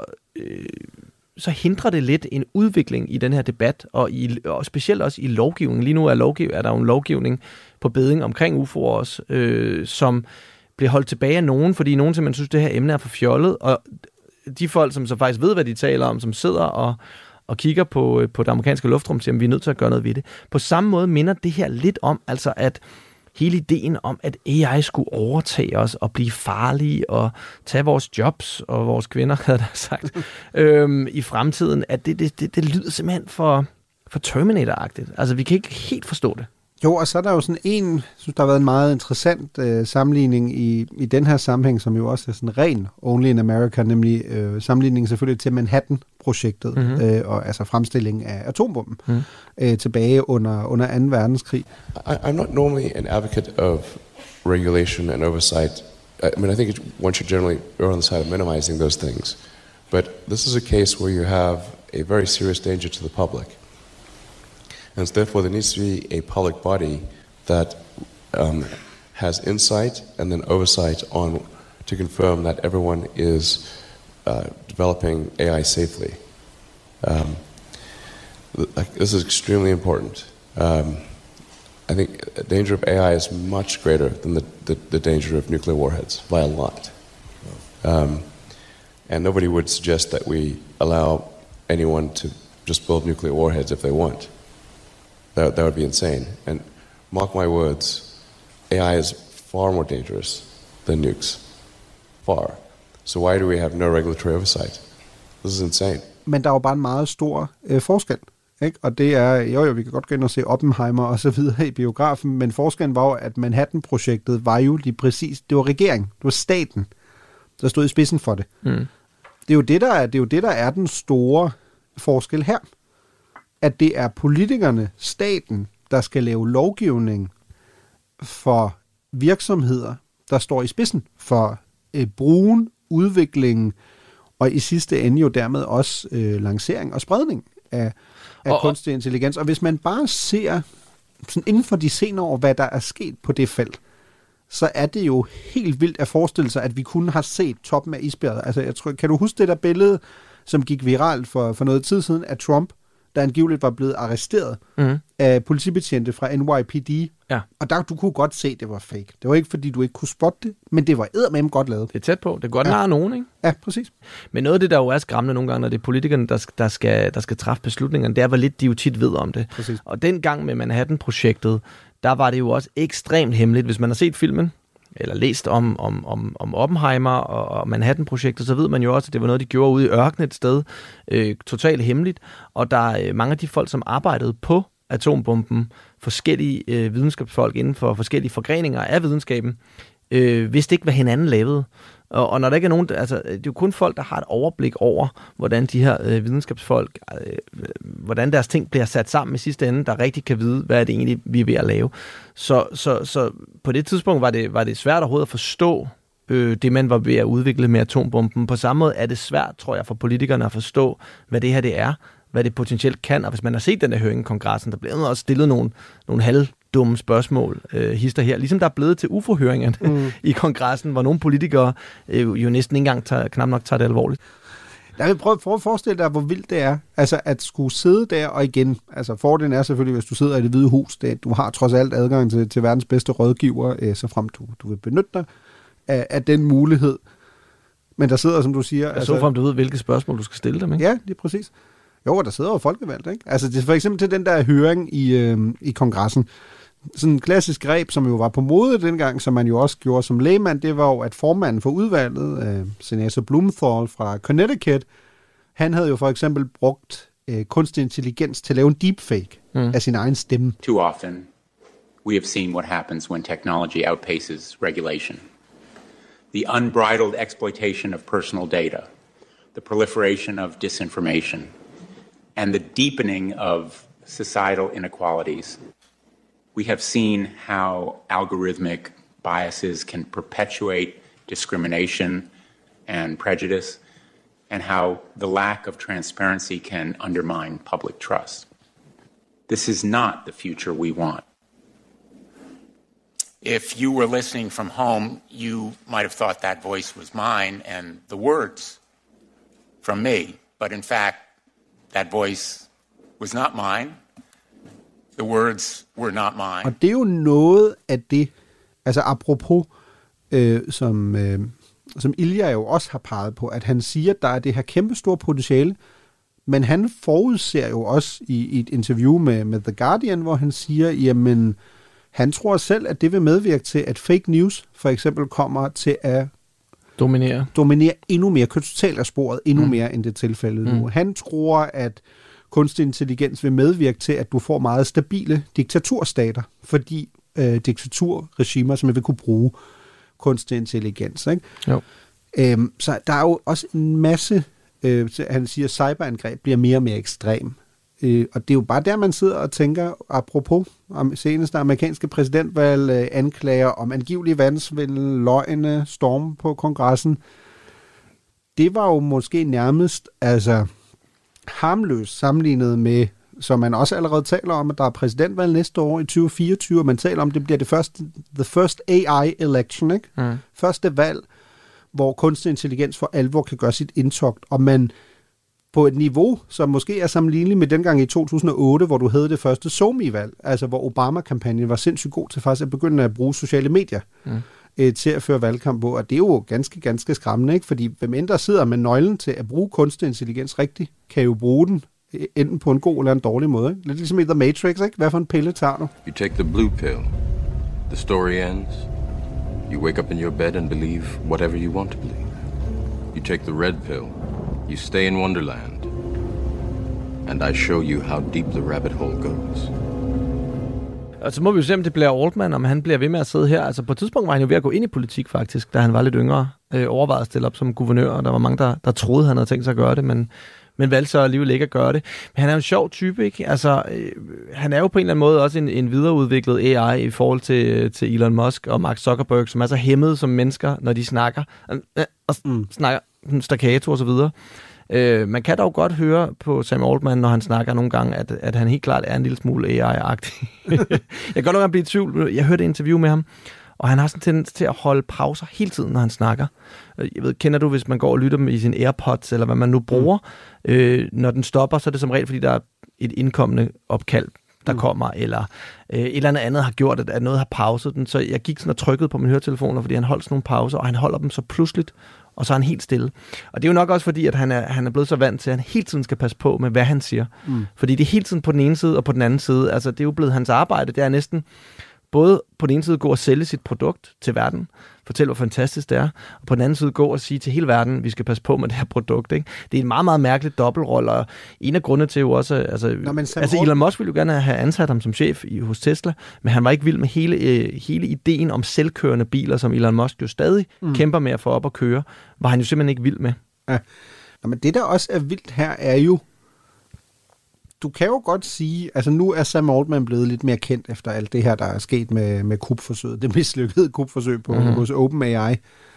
så hindrer det lidt en udvikling i den her debat, og specielt også i lovgivningen. Lige nu er der jo en lovgivning på beding omkring UFO'er også, som bliver holdt tilbage af nogen, fordi nogen simpelthen synes, det her emne er for fjollet, og de folk, som så faktisk ved, hvad de taler om, som sidder og kigger på det amerikanske luftrum, siger, at vi er nødt til at gøre noget ved det. På samme måde minder det her lidt om, altså at hele ideen om, at AI skulle overtage os og blive farlige og tage vores jobs og vores kvinder, havde der sagt, i fremtiden, at det lyder simpelthen for Terminator-agtigt. Altså, vi kan ikke helt forstå det. Jo, og så er der jo sådan jeg synes, der har været en meget interessant sammenligning i den her sammenhæng, som jo også er sådan ren Only in America, nemlig sammenligningen selvfølgelig til Manhattan-projektet, og altså fremstillingen af atombomben tilbage under 2. verdenskrig. I'm not normally an advocate of regulation and oversight. I mean, I think one should generally err on the side of minimizing those things. But this is a case where you have a very serious danger to the public. And so therefore, there needs to be a public body that has insight and then oversight on to confirm that everyone is developing AI safely. This is extremely important. I think the danger of AI is much greater than the danger of nuclear warheads by a lot. And nobody would suggest that we allow anyone to just build nuclear warheads if they want. That would be insane. And mark my words, AI is far more dangerous than nukes. Far. So why do we have no regulatory oversight? This is insane. Men der er jo bare en meget stor forskel. Ikke? Og det er, jo, vi kan godt gå ind og se Oppenheimer og så videre i biografen, men forskellen var jo, at Manhattan-projektet var jo lige præcis, det var regeringen, det var staten, der stod i spidsen for det. Det er jo det, der er den store forskel her. At det er politikerne, staten, der skal lave lovgivning for virksomheder, der står i spidsen for brugen, udviklingen og i sidste ende jo dermed også lancering og spredning af kunstig intelligens. Og hvis man bare ser sådan inden for de senere år, hvad der er sket på det felt, så er det jo helt vildt at forestille sig, at vi kun har set toppen af isbjerget. Altså, jeg tror, kan du huske det der billede, som gik viralt for noget tid siden, af Trump, der angiveligt var blevet arresteret af politibetjente fra NYPD. Ja. Og der, du kunne godt se, at det var fake. Det var ikke, fordi du ikke kunne spotte det, men det var eddermame godt lavet. Det er tæt på. Det er godt, der er nogen, ikke? Ja, præcis. Men noget af det, der jo er skræmmende nogle gange, når det er politikerne, der skal træffe beslutningerne, det er, hvor lidt de jo tit ved om det. Præcis. Og dengang med Manhattan-projektet, der var det jo også ekstremt hemmeligt. Hvis man har set filmen, eller læst om Oppenheimer og Manhattan-projektet, så ved man jo også, at det var noget, de gjorde ude i ørkenen et sted, totalt hemmeligt. Og der er mange af de folk, som arbejdede på atombomben, forskellige videnskabsfolk inden for forskellige forgreninger af videnskaben, vidste ikke, hvad hinanden lavede. Og når der ikke er nogen, altså det er jo kun folk, der har et overblik over, hvordan de her videnskabsfolk, hvordan deres ting bliver sat sammen i sidste ende, der rigtig kan vide, hvad er det egentlig, vi er ved at lave. Så på det tidspunkt var det svært overhovedet at forstå det, man var ved at udvikle med atombomben. På samme måde er det svært, tror jeg, for politikerne at forstå, hvad det her det er, hvad det potentielt kan. Og hvis man har set den der høring i kongressen, der blev også stillet nogle halvdumme spørgsmål, hister her, ligesom der er blevet til UFO-høringerne i kongressen, hvor nogle politikere jo næsten ikke engang knap nok tager det alvorligt. Jeg vil prøve at forestille dig, hvor vildt det er, altså at skulle sidde der, og igen, altså fordelen er selvfølgelig, hvis du sidder i Det Hvide Hus, du har trods alt adgang til verdens bedste rådgiver, så frem du vil benytte dig af den mulighed. Men der sidder, som du siger... Så frem du ved, hvilke spørgsmål du skal stille dem, ikke? Ja, det er præcis. Jo, der sidder jo folkevalgt, ikke? Altså det er for eksempel til den der høring i kongressen. Sådan en klassisk greb, som jo var på mode dengang, som man jo også gjorde som lægmand, det var jo, at formanden for udvalget, senator Blumenthal fra Connecticut, han havde jo for eksempel brugt kunstig intelligens til at lave en deepfake af sin egen stemme. Too often, we have seen what happens when technology outpaces regulation. The unbridled exploitation of personal data, the proliferation of disinformation, and the deepening of societal inequalities. We have seen how algorithmic biases can perpetuate discrimination and prejudice, and how the lack of transparency can undermine public trust. This is not the future we want. If you were listening from home, you might have thought that voice was mine and the words from me, but in fact, that voice was not mine. The words were not mine. Og det er jo noget af det, altså apropos, som som Ilya jo også har peget på, at han siger, at der er det her kæmpe store potentiale, men han forudser jo også i et interview med The Guardian, hvor han siger, jamen, han tror selv, at det vil medvirke til, at fake news for eksempel kommer til at dominere endnu mere, kørt totalt af sporet endnu mere, end det tilfælde nu. Han tror, at kunstig intelligens vil medvirke til, at du får meget stabile diktaturstater, fordi diktaturregimer, som vil kunne bruge kunstig intelligens. Ikke? Jo. Så der er jo også en masse, han siger, cyberangreb bliver mere og mere ekstrem. Og det er jo bare der, man sidder og tænker, apropos om seneste amerikanske præsidentvalg, anklager om angivelig vandsvindel, løgne, storm på kongressen. Det var jo måske nærmest harmløst sammenlignet med, som man også allerede taler om, at der er præsidentvalg næste år i 2024, og man taler om, det bliver the first AI election, ikke? Første valg, hvor kunstig intelligens for alvor kan gøre sit indtog, og man på et niveau, som måske er sammenligneligt med dengang i 2008, hvor du havde det første SoMe-valg, altså hvor Obama-kampagnen var sindssygt god til faktisk at begynde at bruge sociale medier til at føre valgkamp på, og det er jo ganske, ganske skræmmende, ikke? Fordi hvem end der sidder med nøglen til at bruge kunstig intelligens rigtigt, kan jo bruge den enten på en god eller en dårlig måde. Ikke? Lidt ligesom i The Matrix, ikke? Hvad for en pille tager du? You take the blue pill. The story ends. You wake up in your bed and believe whatever you want to believe. You take the red pill. You stay in Wonderland. And I show you how deep the rabbit hole goes. Og så må vi jo se, om det bliver Altman, om han bliver ved med at sidde her. Altså på et tidspunkt var han jo ved at gå ind i politik faktisk, da han var lidt yngre. Overvejede at stille op som guvernør, og der var mange, der troede, han havde tænkt sig at gøre det, men valgte så alligevel ikke at gøre det. Men han er jo en sjov type, ikke? Altså, han er jo på en eller anden måde også en videreudviklet AI i forhold til Elon Musk og Mark Zuckerberg, som er så hæmmede som mennesker, når de snakker, og snakker staccato og så videre. Man kan dog godt høre på Sam Altman, når han snakker nogle gange, at han helt klart er en lille smule AI-agtig. Jeg kan godt nogle gange blive i tvivl. Jeg hørte et interview med ham, og han har sådan en tendens til at holde pauser hele tiden, når han snakker. Jeg ved, kender du, hvis man går og lytter med i sin AirPods, eller hvad man nu bruger, når den stopper, så er det som regel, fordi der er et indkommende opkald, der kommer, eller et eller andet har gjort, at noget har pauset den. Så jeg gik sådan og trykkede på min høretelefoner, fordi han holdt sådan nogle pauser, og han holder dem så pludseligt, og så er han helt stille. Og det er jo nok også fordi, at han er blevet så vant til, at han hele tiden skal passe på med, hvad han siger. Fordi det er hele tiden på den ene side og på den anden side. Altså, det er jo blevet hans arbejde. Det er næsten både på den ene side gå og sælge sit produkt til verden, fortælle, hvor fantastisk det er, og på den anden side gå og sige til hele verden, vi skal passe på med det her produkt. Ikke? Det er en meget, meget mærkelig dobbeltrolle, og en af grundene til jo også, Elon Musk ville jo gerne have ansat ham som chef hos Tesla, men han var ikke vild med hele ideen om selvkørende biler, som Elon Musk jo stadig kæmper med at få op at køre, var han jo simpelthen ikke vild med. Ja. Nå, men det, der også er vildt her, er jo, du kan jo godt sige, altså nu er Sam Altman blevet lidt mere kendt efter alt det her, der er sket med kupforsøget, det mislykkede kupforsøg hos OpenAI.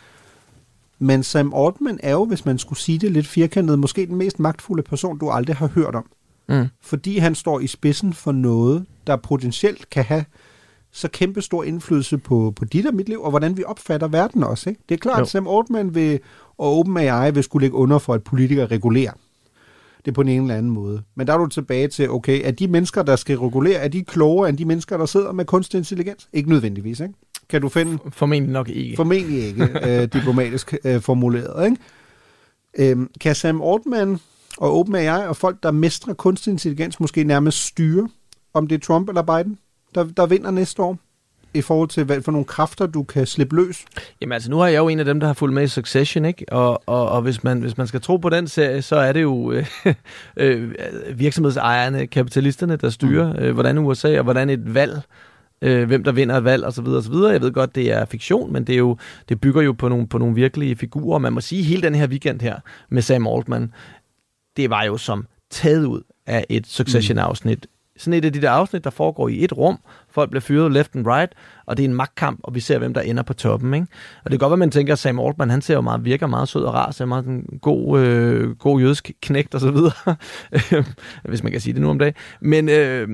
Men Sam Altman er jo, hvis man skulle sige det lidt firkantet, måske den mest magtfulde person, du aldrig har hørt om. Fordi han står i spidsen for noget, der potentielt kan have så kæmpe stor indflydelse på dit og mit liv, og hvordan vi opfatter verden også. Ikke? Det er klart, at Sam Altman og OpenAI vil skulle ligge under for, at politikere regulerer det på en eller anden måde. Men der er du tilbage til, okay, er de mennesker, der skal regulere, er de klogere end de mennesker, der sidder med kunstig intelligens? Ikke nødvendigvis, ikke? Kan du finde? Formentlig nok ikke. Formentlig ikke, diplomatisk formuleret, ikke? Kan Sam Altman og OpenAI og folk, der mestrer kunstig intelligens, måske nærmest styre, om det er Trump eller Biden, der vinder næste år? I forhold til, hvad for nogle kræfter, du kan slippe løs? Jamen altså, nu er jeg jo en af dem, der har fulgt med i Succession, ikke? Og hvis man skal tro på den serie, så er det jo virksomhedsejerne, kapitalisterne, der styrer, hvordan USA og hvordan et valg, hvem der vinder et valg, osv. osv. Jeg ved godt, det er fiktion, men det bygger jo på nogle virkelige figurer. Man må sige, hele den her weekend her med Sam Altman, det var jo som taget ud af et Succession-afsnit. Sådan et af de der afsnit, der foregår i et rum. Folk bliver fyret left and right, og det er en magtkamp, og vi ser, hvem der ender på toppen. Ikke? Og det er godt, at man tænker, at Sam Altman, han ser jo virker meget sød og rar, ser meget en god jødisk knægt og så videre, hvis man kan sige det nu om dagen. Men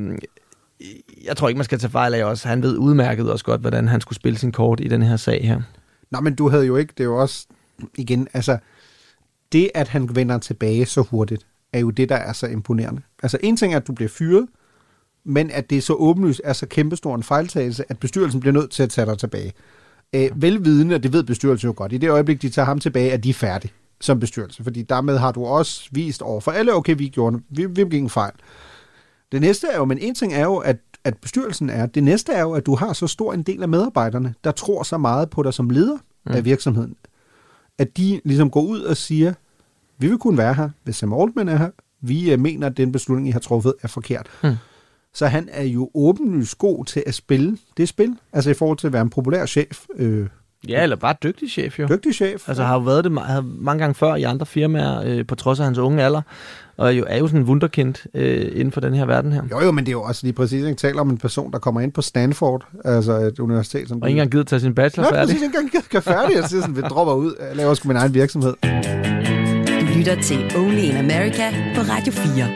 jeg tror ikke, man skal tage fejl af også. Han ved udmærket også godt, hvordan han skulle spille sin kort i den her sag her. Nå, men du havde jo ikke, det er jo også, igen, altså, det at han vender tilbage så hurtigt, er jo det, der er så imponerende. Altså, en ting er, at du bliver fyret, men at det så åbenlyst er så kæmpestor en fejltagelse, at bestyrelsen bliver nødt til at tage dig tilbage. Velvidende, og det ved bestyrelsen jo godt, i det øjeblik, de tager ham tilbage, er de færdige som bestyrelse, fordi dermed har du også vist over for alle, okay, vi begik en fejl. Det næste er jo, men en ting er jo, at bestyrelsen det næste er jo, at du har så stor en del af medarbejderne, der tror så meget på dig som leder af virksomheden, at de ligesom går ud og siger, vi vil kun være her, hvis Sam Altman er her, vi mener, at den beslutning, I har truffet, er forkert. Så han er jo åbenlyst god til at spille det spil, altså i forhold til at være en populær chef. Ja, eller bare dygtig chef jo. Dygtig chef. Altså har jo været det mange gange før i andre firmaer, på trods af hans unge alder, og er jo sådan en wunderkind inden for den her verden her. Jo, men det er jo også lige præcis, jeg taler om en person, der kommer ind på Stanford, altså et universitet. Som og ikke engang gider tage sin bachelor færdig. Nej, præcis, ikke engang gider færdig. Jeg siger sådan, vi dropper ud, jeg laver også min egen virksomhed. Du lytter til Only in America på Radio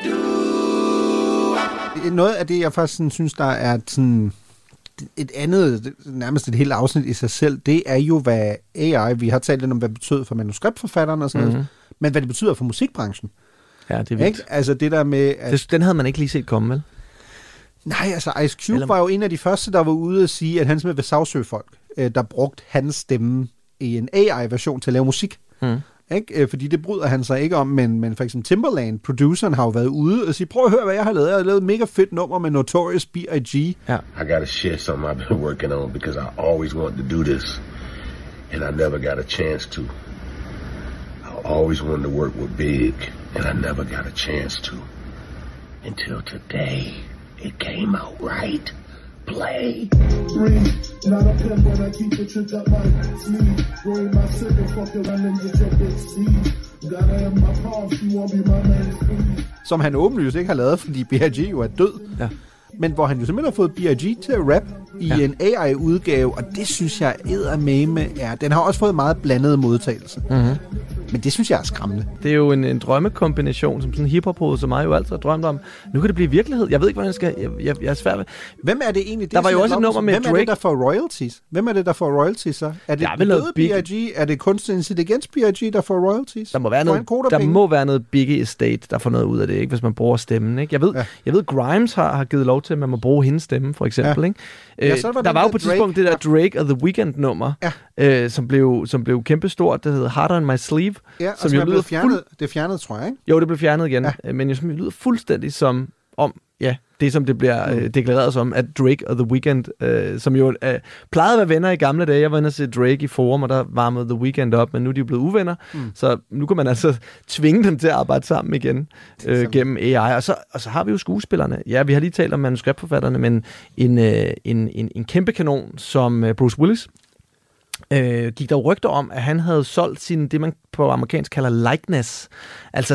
4. Noget af det, jeg faktisk sådan, synes, der er sådan et andet, nærmest et helt afsnit i sig selv, det er jo, hvad AI, vi har talt lidt om, hvad det betyder for manuskriptforfatterne og sådan noget, men hvad det betyder for musikbranchen. Ja, det er vildt. Ikke? Altså det der med... At... Den havde man ikke lige set komme, vel? Nej, altså Ice Cube var jo en af de første, der var ude at sige, at han simpelthen vil sagsøge folk, der brugte hans stemme i en AI-version til at lave musik. Ikke? Fordi det bryder han sig ikke om, men for eksempel Timbaland, produceren, har jo været ude og sige, prøv at høre, hvad jeg har lavet. Jeg har lavet et mega fedt nummer med Notorious B.I.G. Ja. I gotta share something I've been working on, because I always wanted to do this, and I never got a chance to. I always wanted to work with Big, and I never got a chance to. Until today, it came out right. Play. Not a pin, but I keep it tripped up my sleeve. Roll my sugar, fuck around and get your bitch seed. Gotta have my palm, she won't be my man. Som han åbenlyst ikke har lavet, fordi B.I.G. jo er død. Ja. Men hvor han jo simpelthen har fået B.I.G. til at rap i en AI-udgave, og det synes jeg eddermame er. Den har også fået meget blandet modtagelse. Men det synes jeg er skræmmende. Det er jo en drømmekombination, som sådan en hiphop-hoved, som mig jo altid har drømt om. Nu kan det blive virkelighed. Jeg ved ikke, hvordan jeg skal... Jeg er svært ved... Hvem er det egentlig? Der var jo også et nummer med Drake. Hvem er det, der får royalties? Hvem er det, der får royalties så? Er det døde B.I.G.? Er det kunstig intelligens B.I.G., der får royalties? Der må være noget Biggie Estate, der får noget ud af det, ikke? Hvis man bruger stemmen. Ikke? Jeg ved Grimes har givet lov til, at man må bruge hendes stemme, for eksempel. Ikke? Der var jo på et tidspunkt det der Drake og The Weeknd nummer, som blev kæmpestort. Det hedder Harder on My Sleeve. Ja, som jo lyder det er fjernet, tror jeg, ikke? Jo, det blev fjernet igen. Men som lyder fuldstændig som om, det som det bliver deklareret som, at Drake og The Weeknd, som jo plejede at være venner i gamle dage. Jeg var inde og se Drake i Forum, og der varmede The Weeknd op, men nu er de jo blevet uvenner. Så nu kan man altså tvinge dem til at arbejde sammen igen gennem AI. Og så har vi jo skuespillerne. Ja, vi har lige talt om manuskriptforfatterne, men en kæmpe kanon som Bruce Willis, gik der jo rygter om, at han havde solgt det man på amerikansk kalder likeness, altså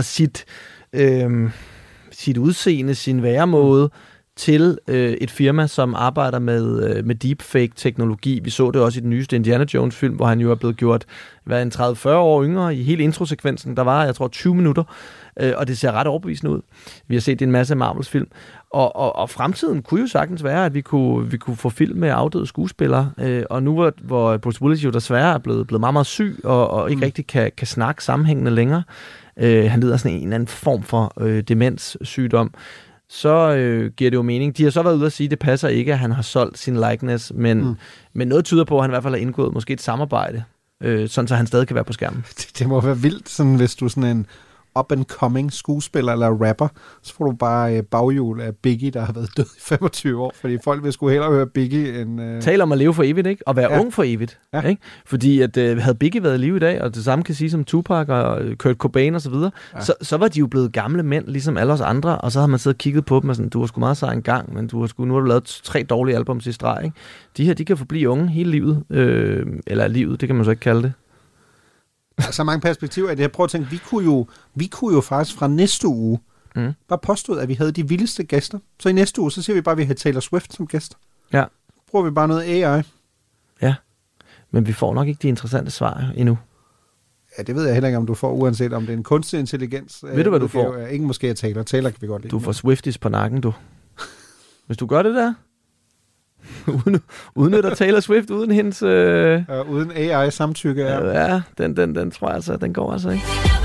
sit udseende, sin væremåde, til et firma, som arbejder med deepfake-teknologi. Vi så det også i den nyeste Indiana Jones-film, hvor han jo er blevet gjort 30-40 år yngre i hele introsekvensen. Der var, jeg tror, 20 minutter, og det ser ret overbevisende ud. Vi har set en masse Marvels-film. Og fremtiden kunne jo sagtens være, at vi kunne få film med afdøde skuespillere. Og nu, hvor Bruce Willis jo desværre er blevet meget, meget syg, og ikke rigtig kan snakke sammenhængende længere, han lider sådan en eller anden form for demenssygdom, så giver det jo mening. De har så været ude at sige, at det passer ikke, at han har solgt sin likeness, men noget tyder på, at han i hvert fald har indgået måske et samarbejde, sådan så han stadig kan være på skærmen. Det må være vildt, sådan, hvis du er sådan en up-and-coming skuespiller eller rapper, så får du bare baghjul af Biggie, der har været død i 25 år, fordi folk vil sgu hellere høre Biggie end... Tal om at leve for evigt, ikke? Og være ung for evigt, ikke? Fordi at havde Biggie været i live i dag, og det samme kan sige som Tupac og Kurt Cobain og så videre, så var de jo blevet gamle mænd, ligesom alle os andre, og så havde man siddet og kigget på dem og sådan, du har sgu meget sej en gang, men nu har du lavet 3 dårlige albums i streg, ikke? De her, de kan forblive unge hele livet, eller livet, det kan man så ikke kalde det. Der er så mange perspektiver i det. Jeg prøver at tænke, vi kunne jo faktisk fra næste uge bare påstå, at vi havde de vildeste gæster. Så i næste uge, så siger vi bare, at vi har Taylor Swift som gæst. Ja. Bruger vi bare noget AI. Ja, men vi får nok ikke de interessante svar endnu. Ja, det ved jeg heller ikke, om du får, uanset om det er en kunstig intelligens. Ved du, hvad du får? Ikke måske Taylor. Taylor kan vi godt lide. Du får Swifties på nakken, du. Hvis du gør det der, udnytter Taylor Swift uden hendes... uden AI-samtykke. Ja, den tror jeg altså, den går altså ikke.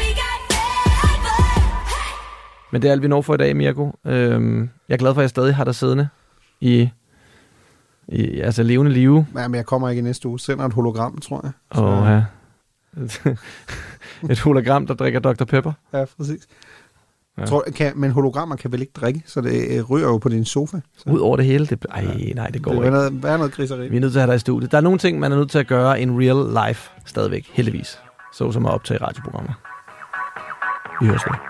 Men det er alt, vi når for i dag, Mirko. Jeg er glad for, at jeg stadig har dig siddende i Altså levende live. Ja, men jeg kommer ikke i næste uge. Sender et hologram, tror jeg. Ja. Et hologram, der drikker Dr. Pepper. Ja, præcis. Ja. Men hologrammer kan vel ikke drikke, så det ryger jo på din sofa. Så. Ud over det hele? Nej, det går ikke. Det er noget griseri. Vi er nødt til at have dig i studiet. Der er nogle ting, man er nødt til at gøre in real life stadigvæk, heldigvis. Så som at optage radioprogrammer. Vi høres ved.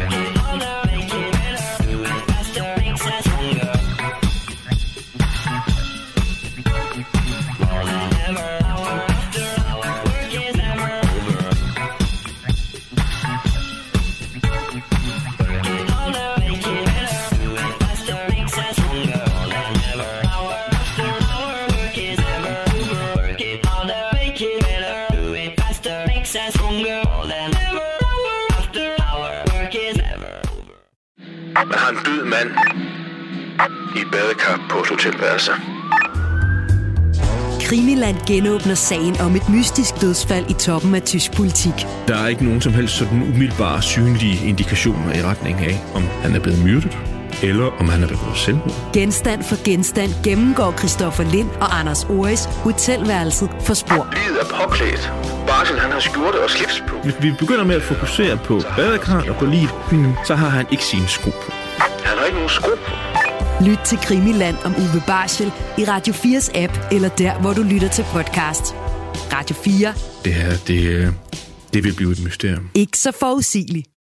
Man har en død mand i et badekar på et hotelværelse. Krimiland genåbner sagen om et mystisk dødsfald i toppen af tysk politik. Der er ikke nogen som helst sådan umiddelbare synlige indikationer i retning af, om han er blevet myrdet, eller om han er begået selvmord. Genstand for genstand gennemgår Christoffer Lind og Anders Oris hotelværelset for spor. Livet er påklædt. Barsel, han har skjorte og slips på. Hvis vi begynder med at fokusere på badekar og på livet, så har han ikke sine sko på. Han har ikke nogen sko på. Lyt til Krimiland om Uwe Barschel i Radio 4's app, eller der, hvor du lytter til podcast. Radio 4. Det her, det vil blive et mysterium. Ikke så forudsigeligt.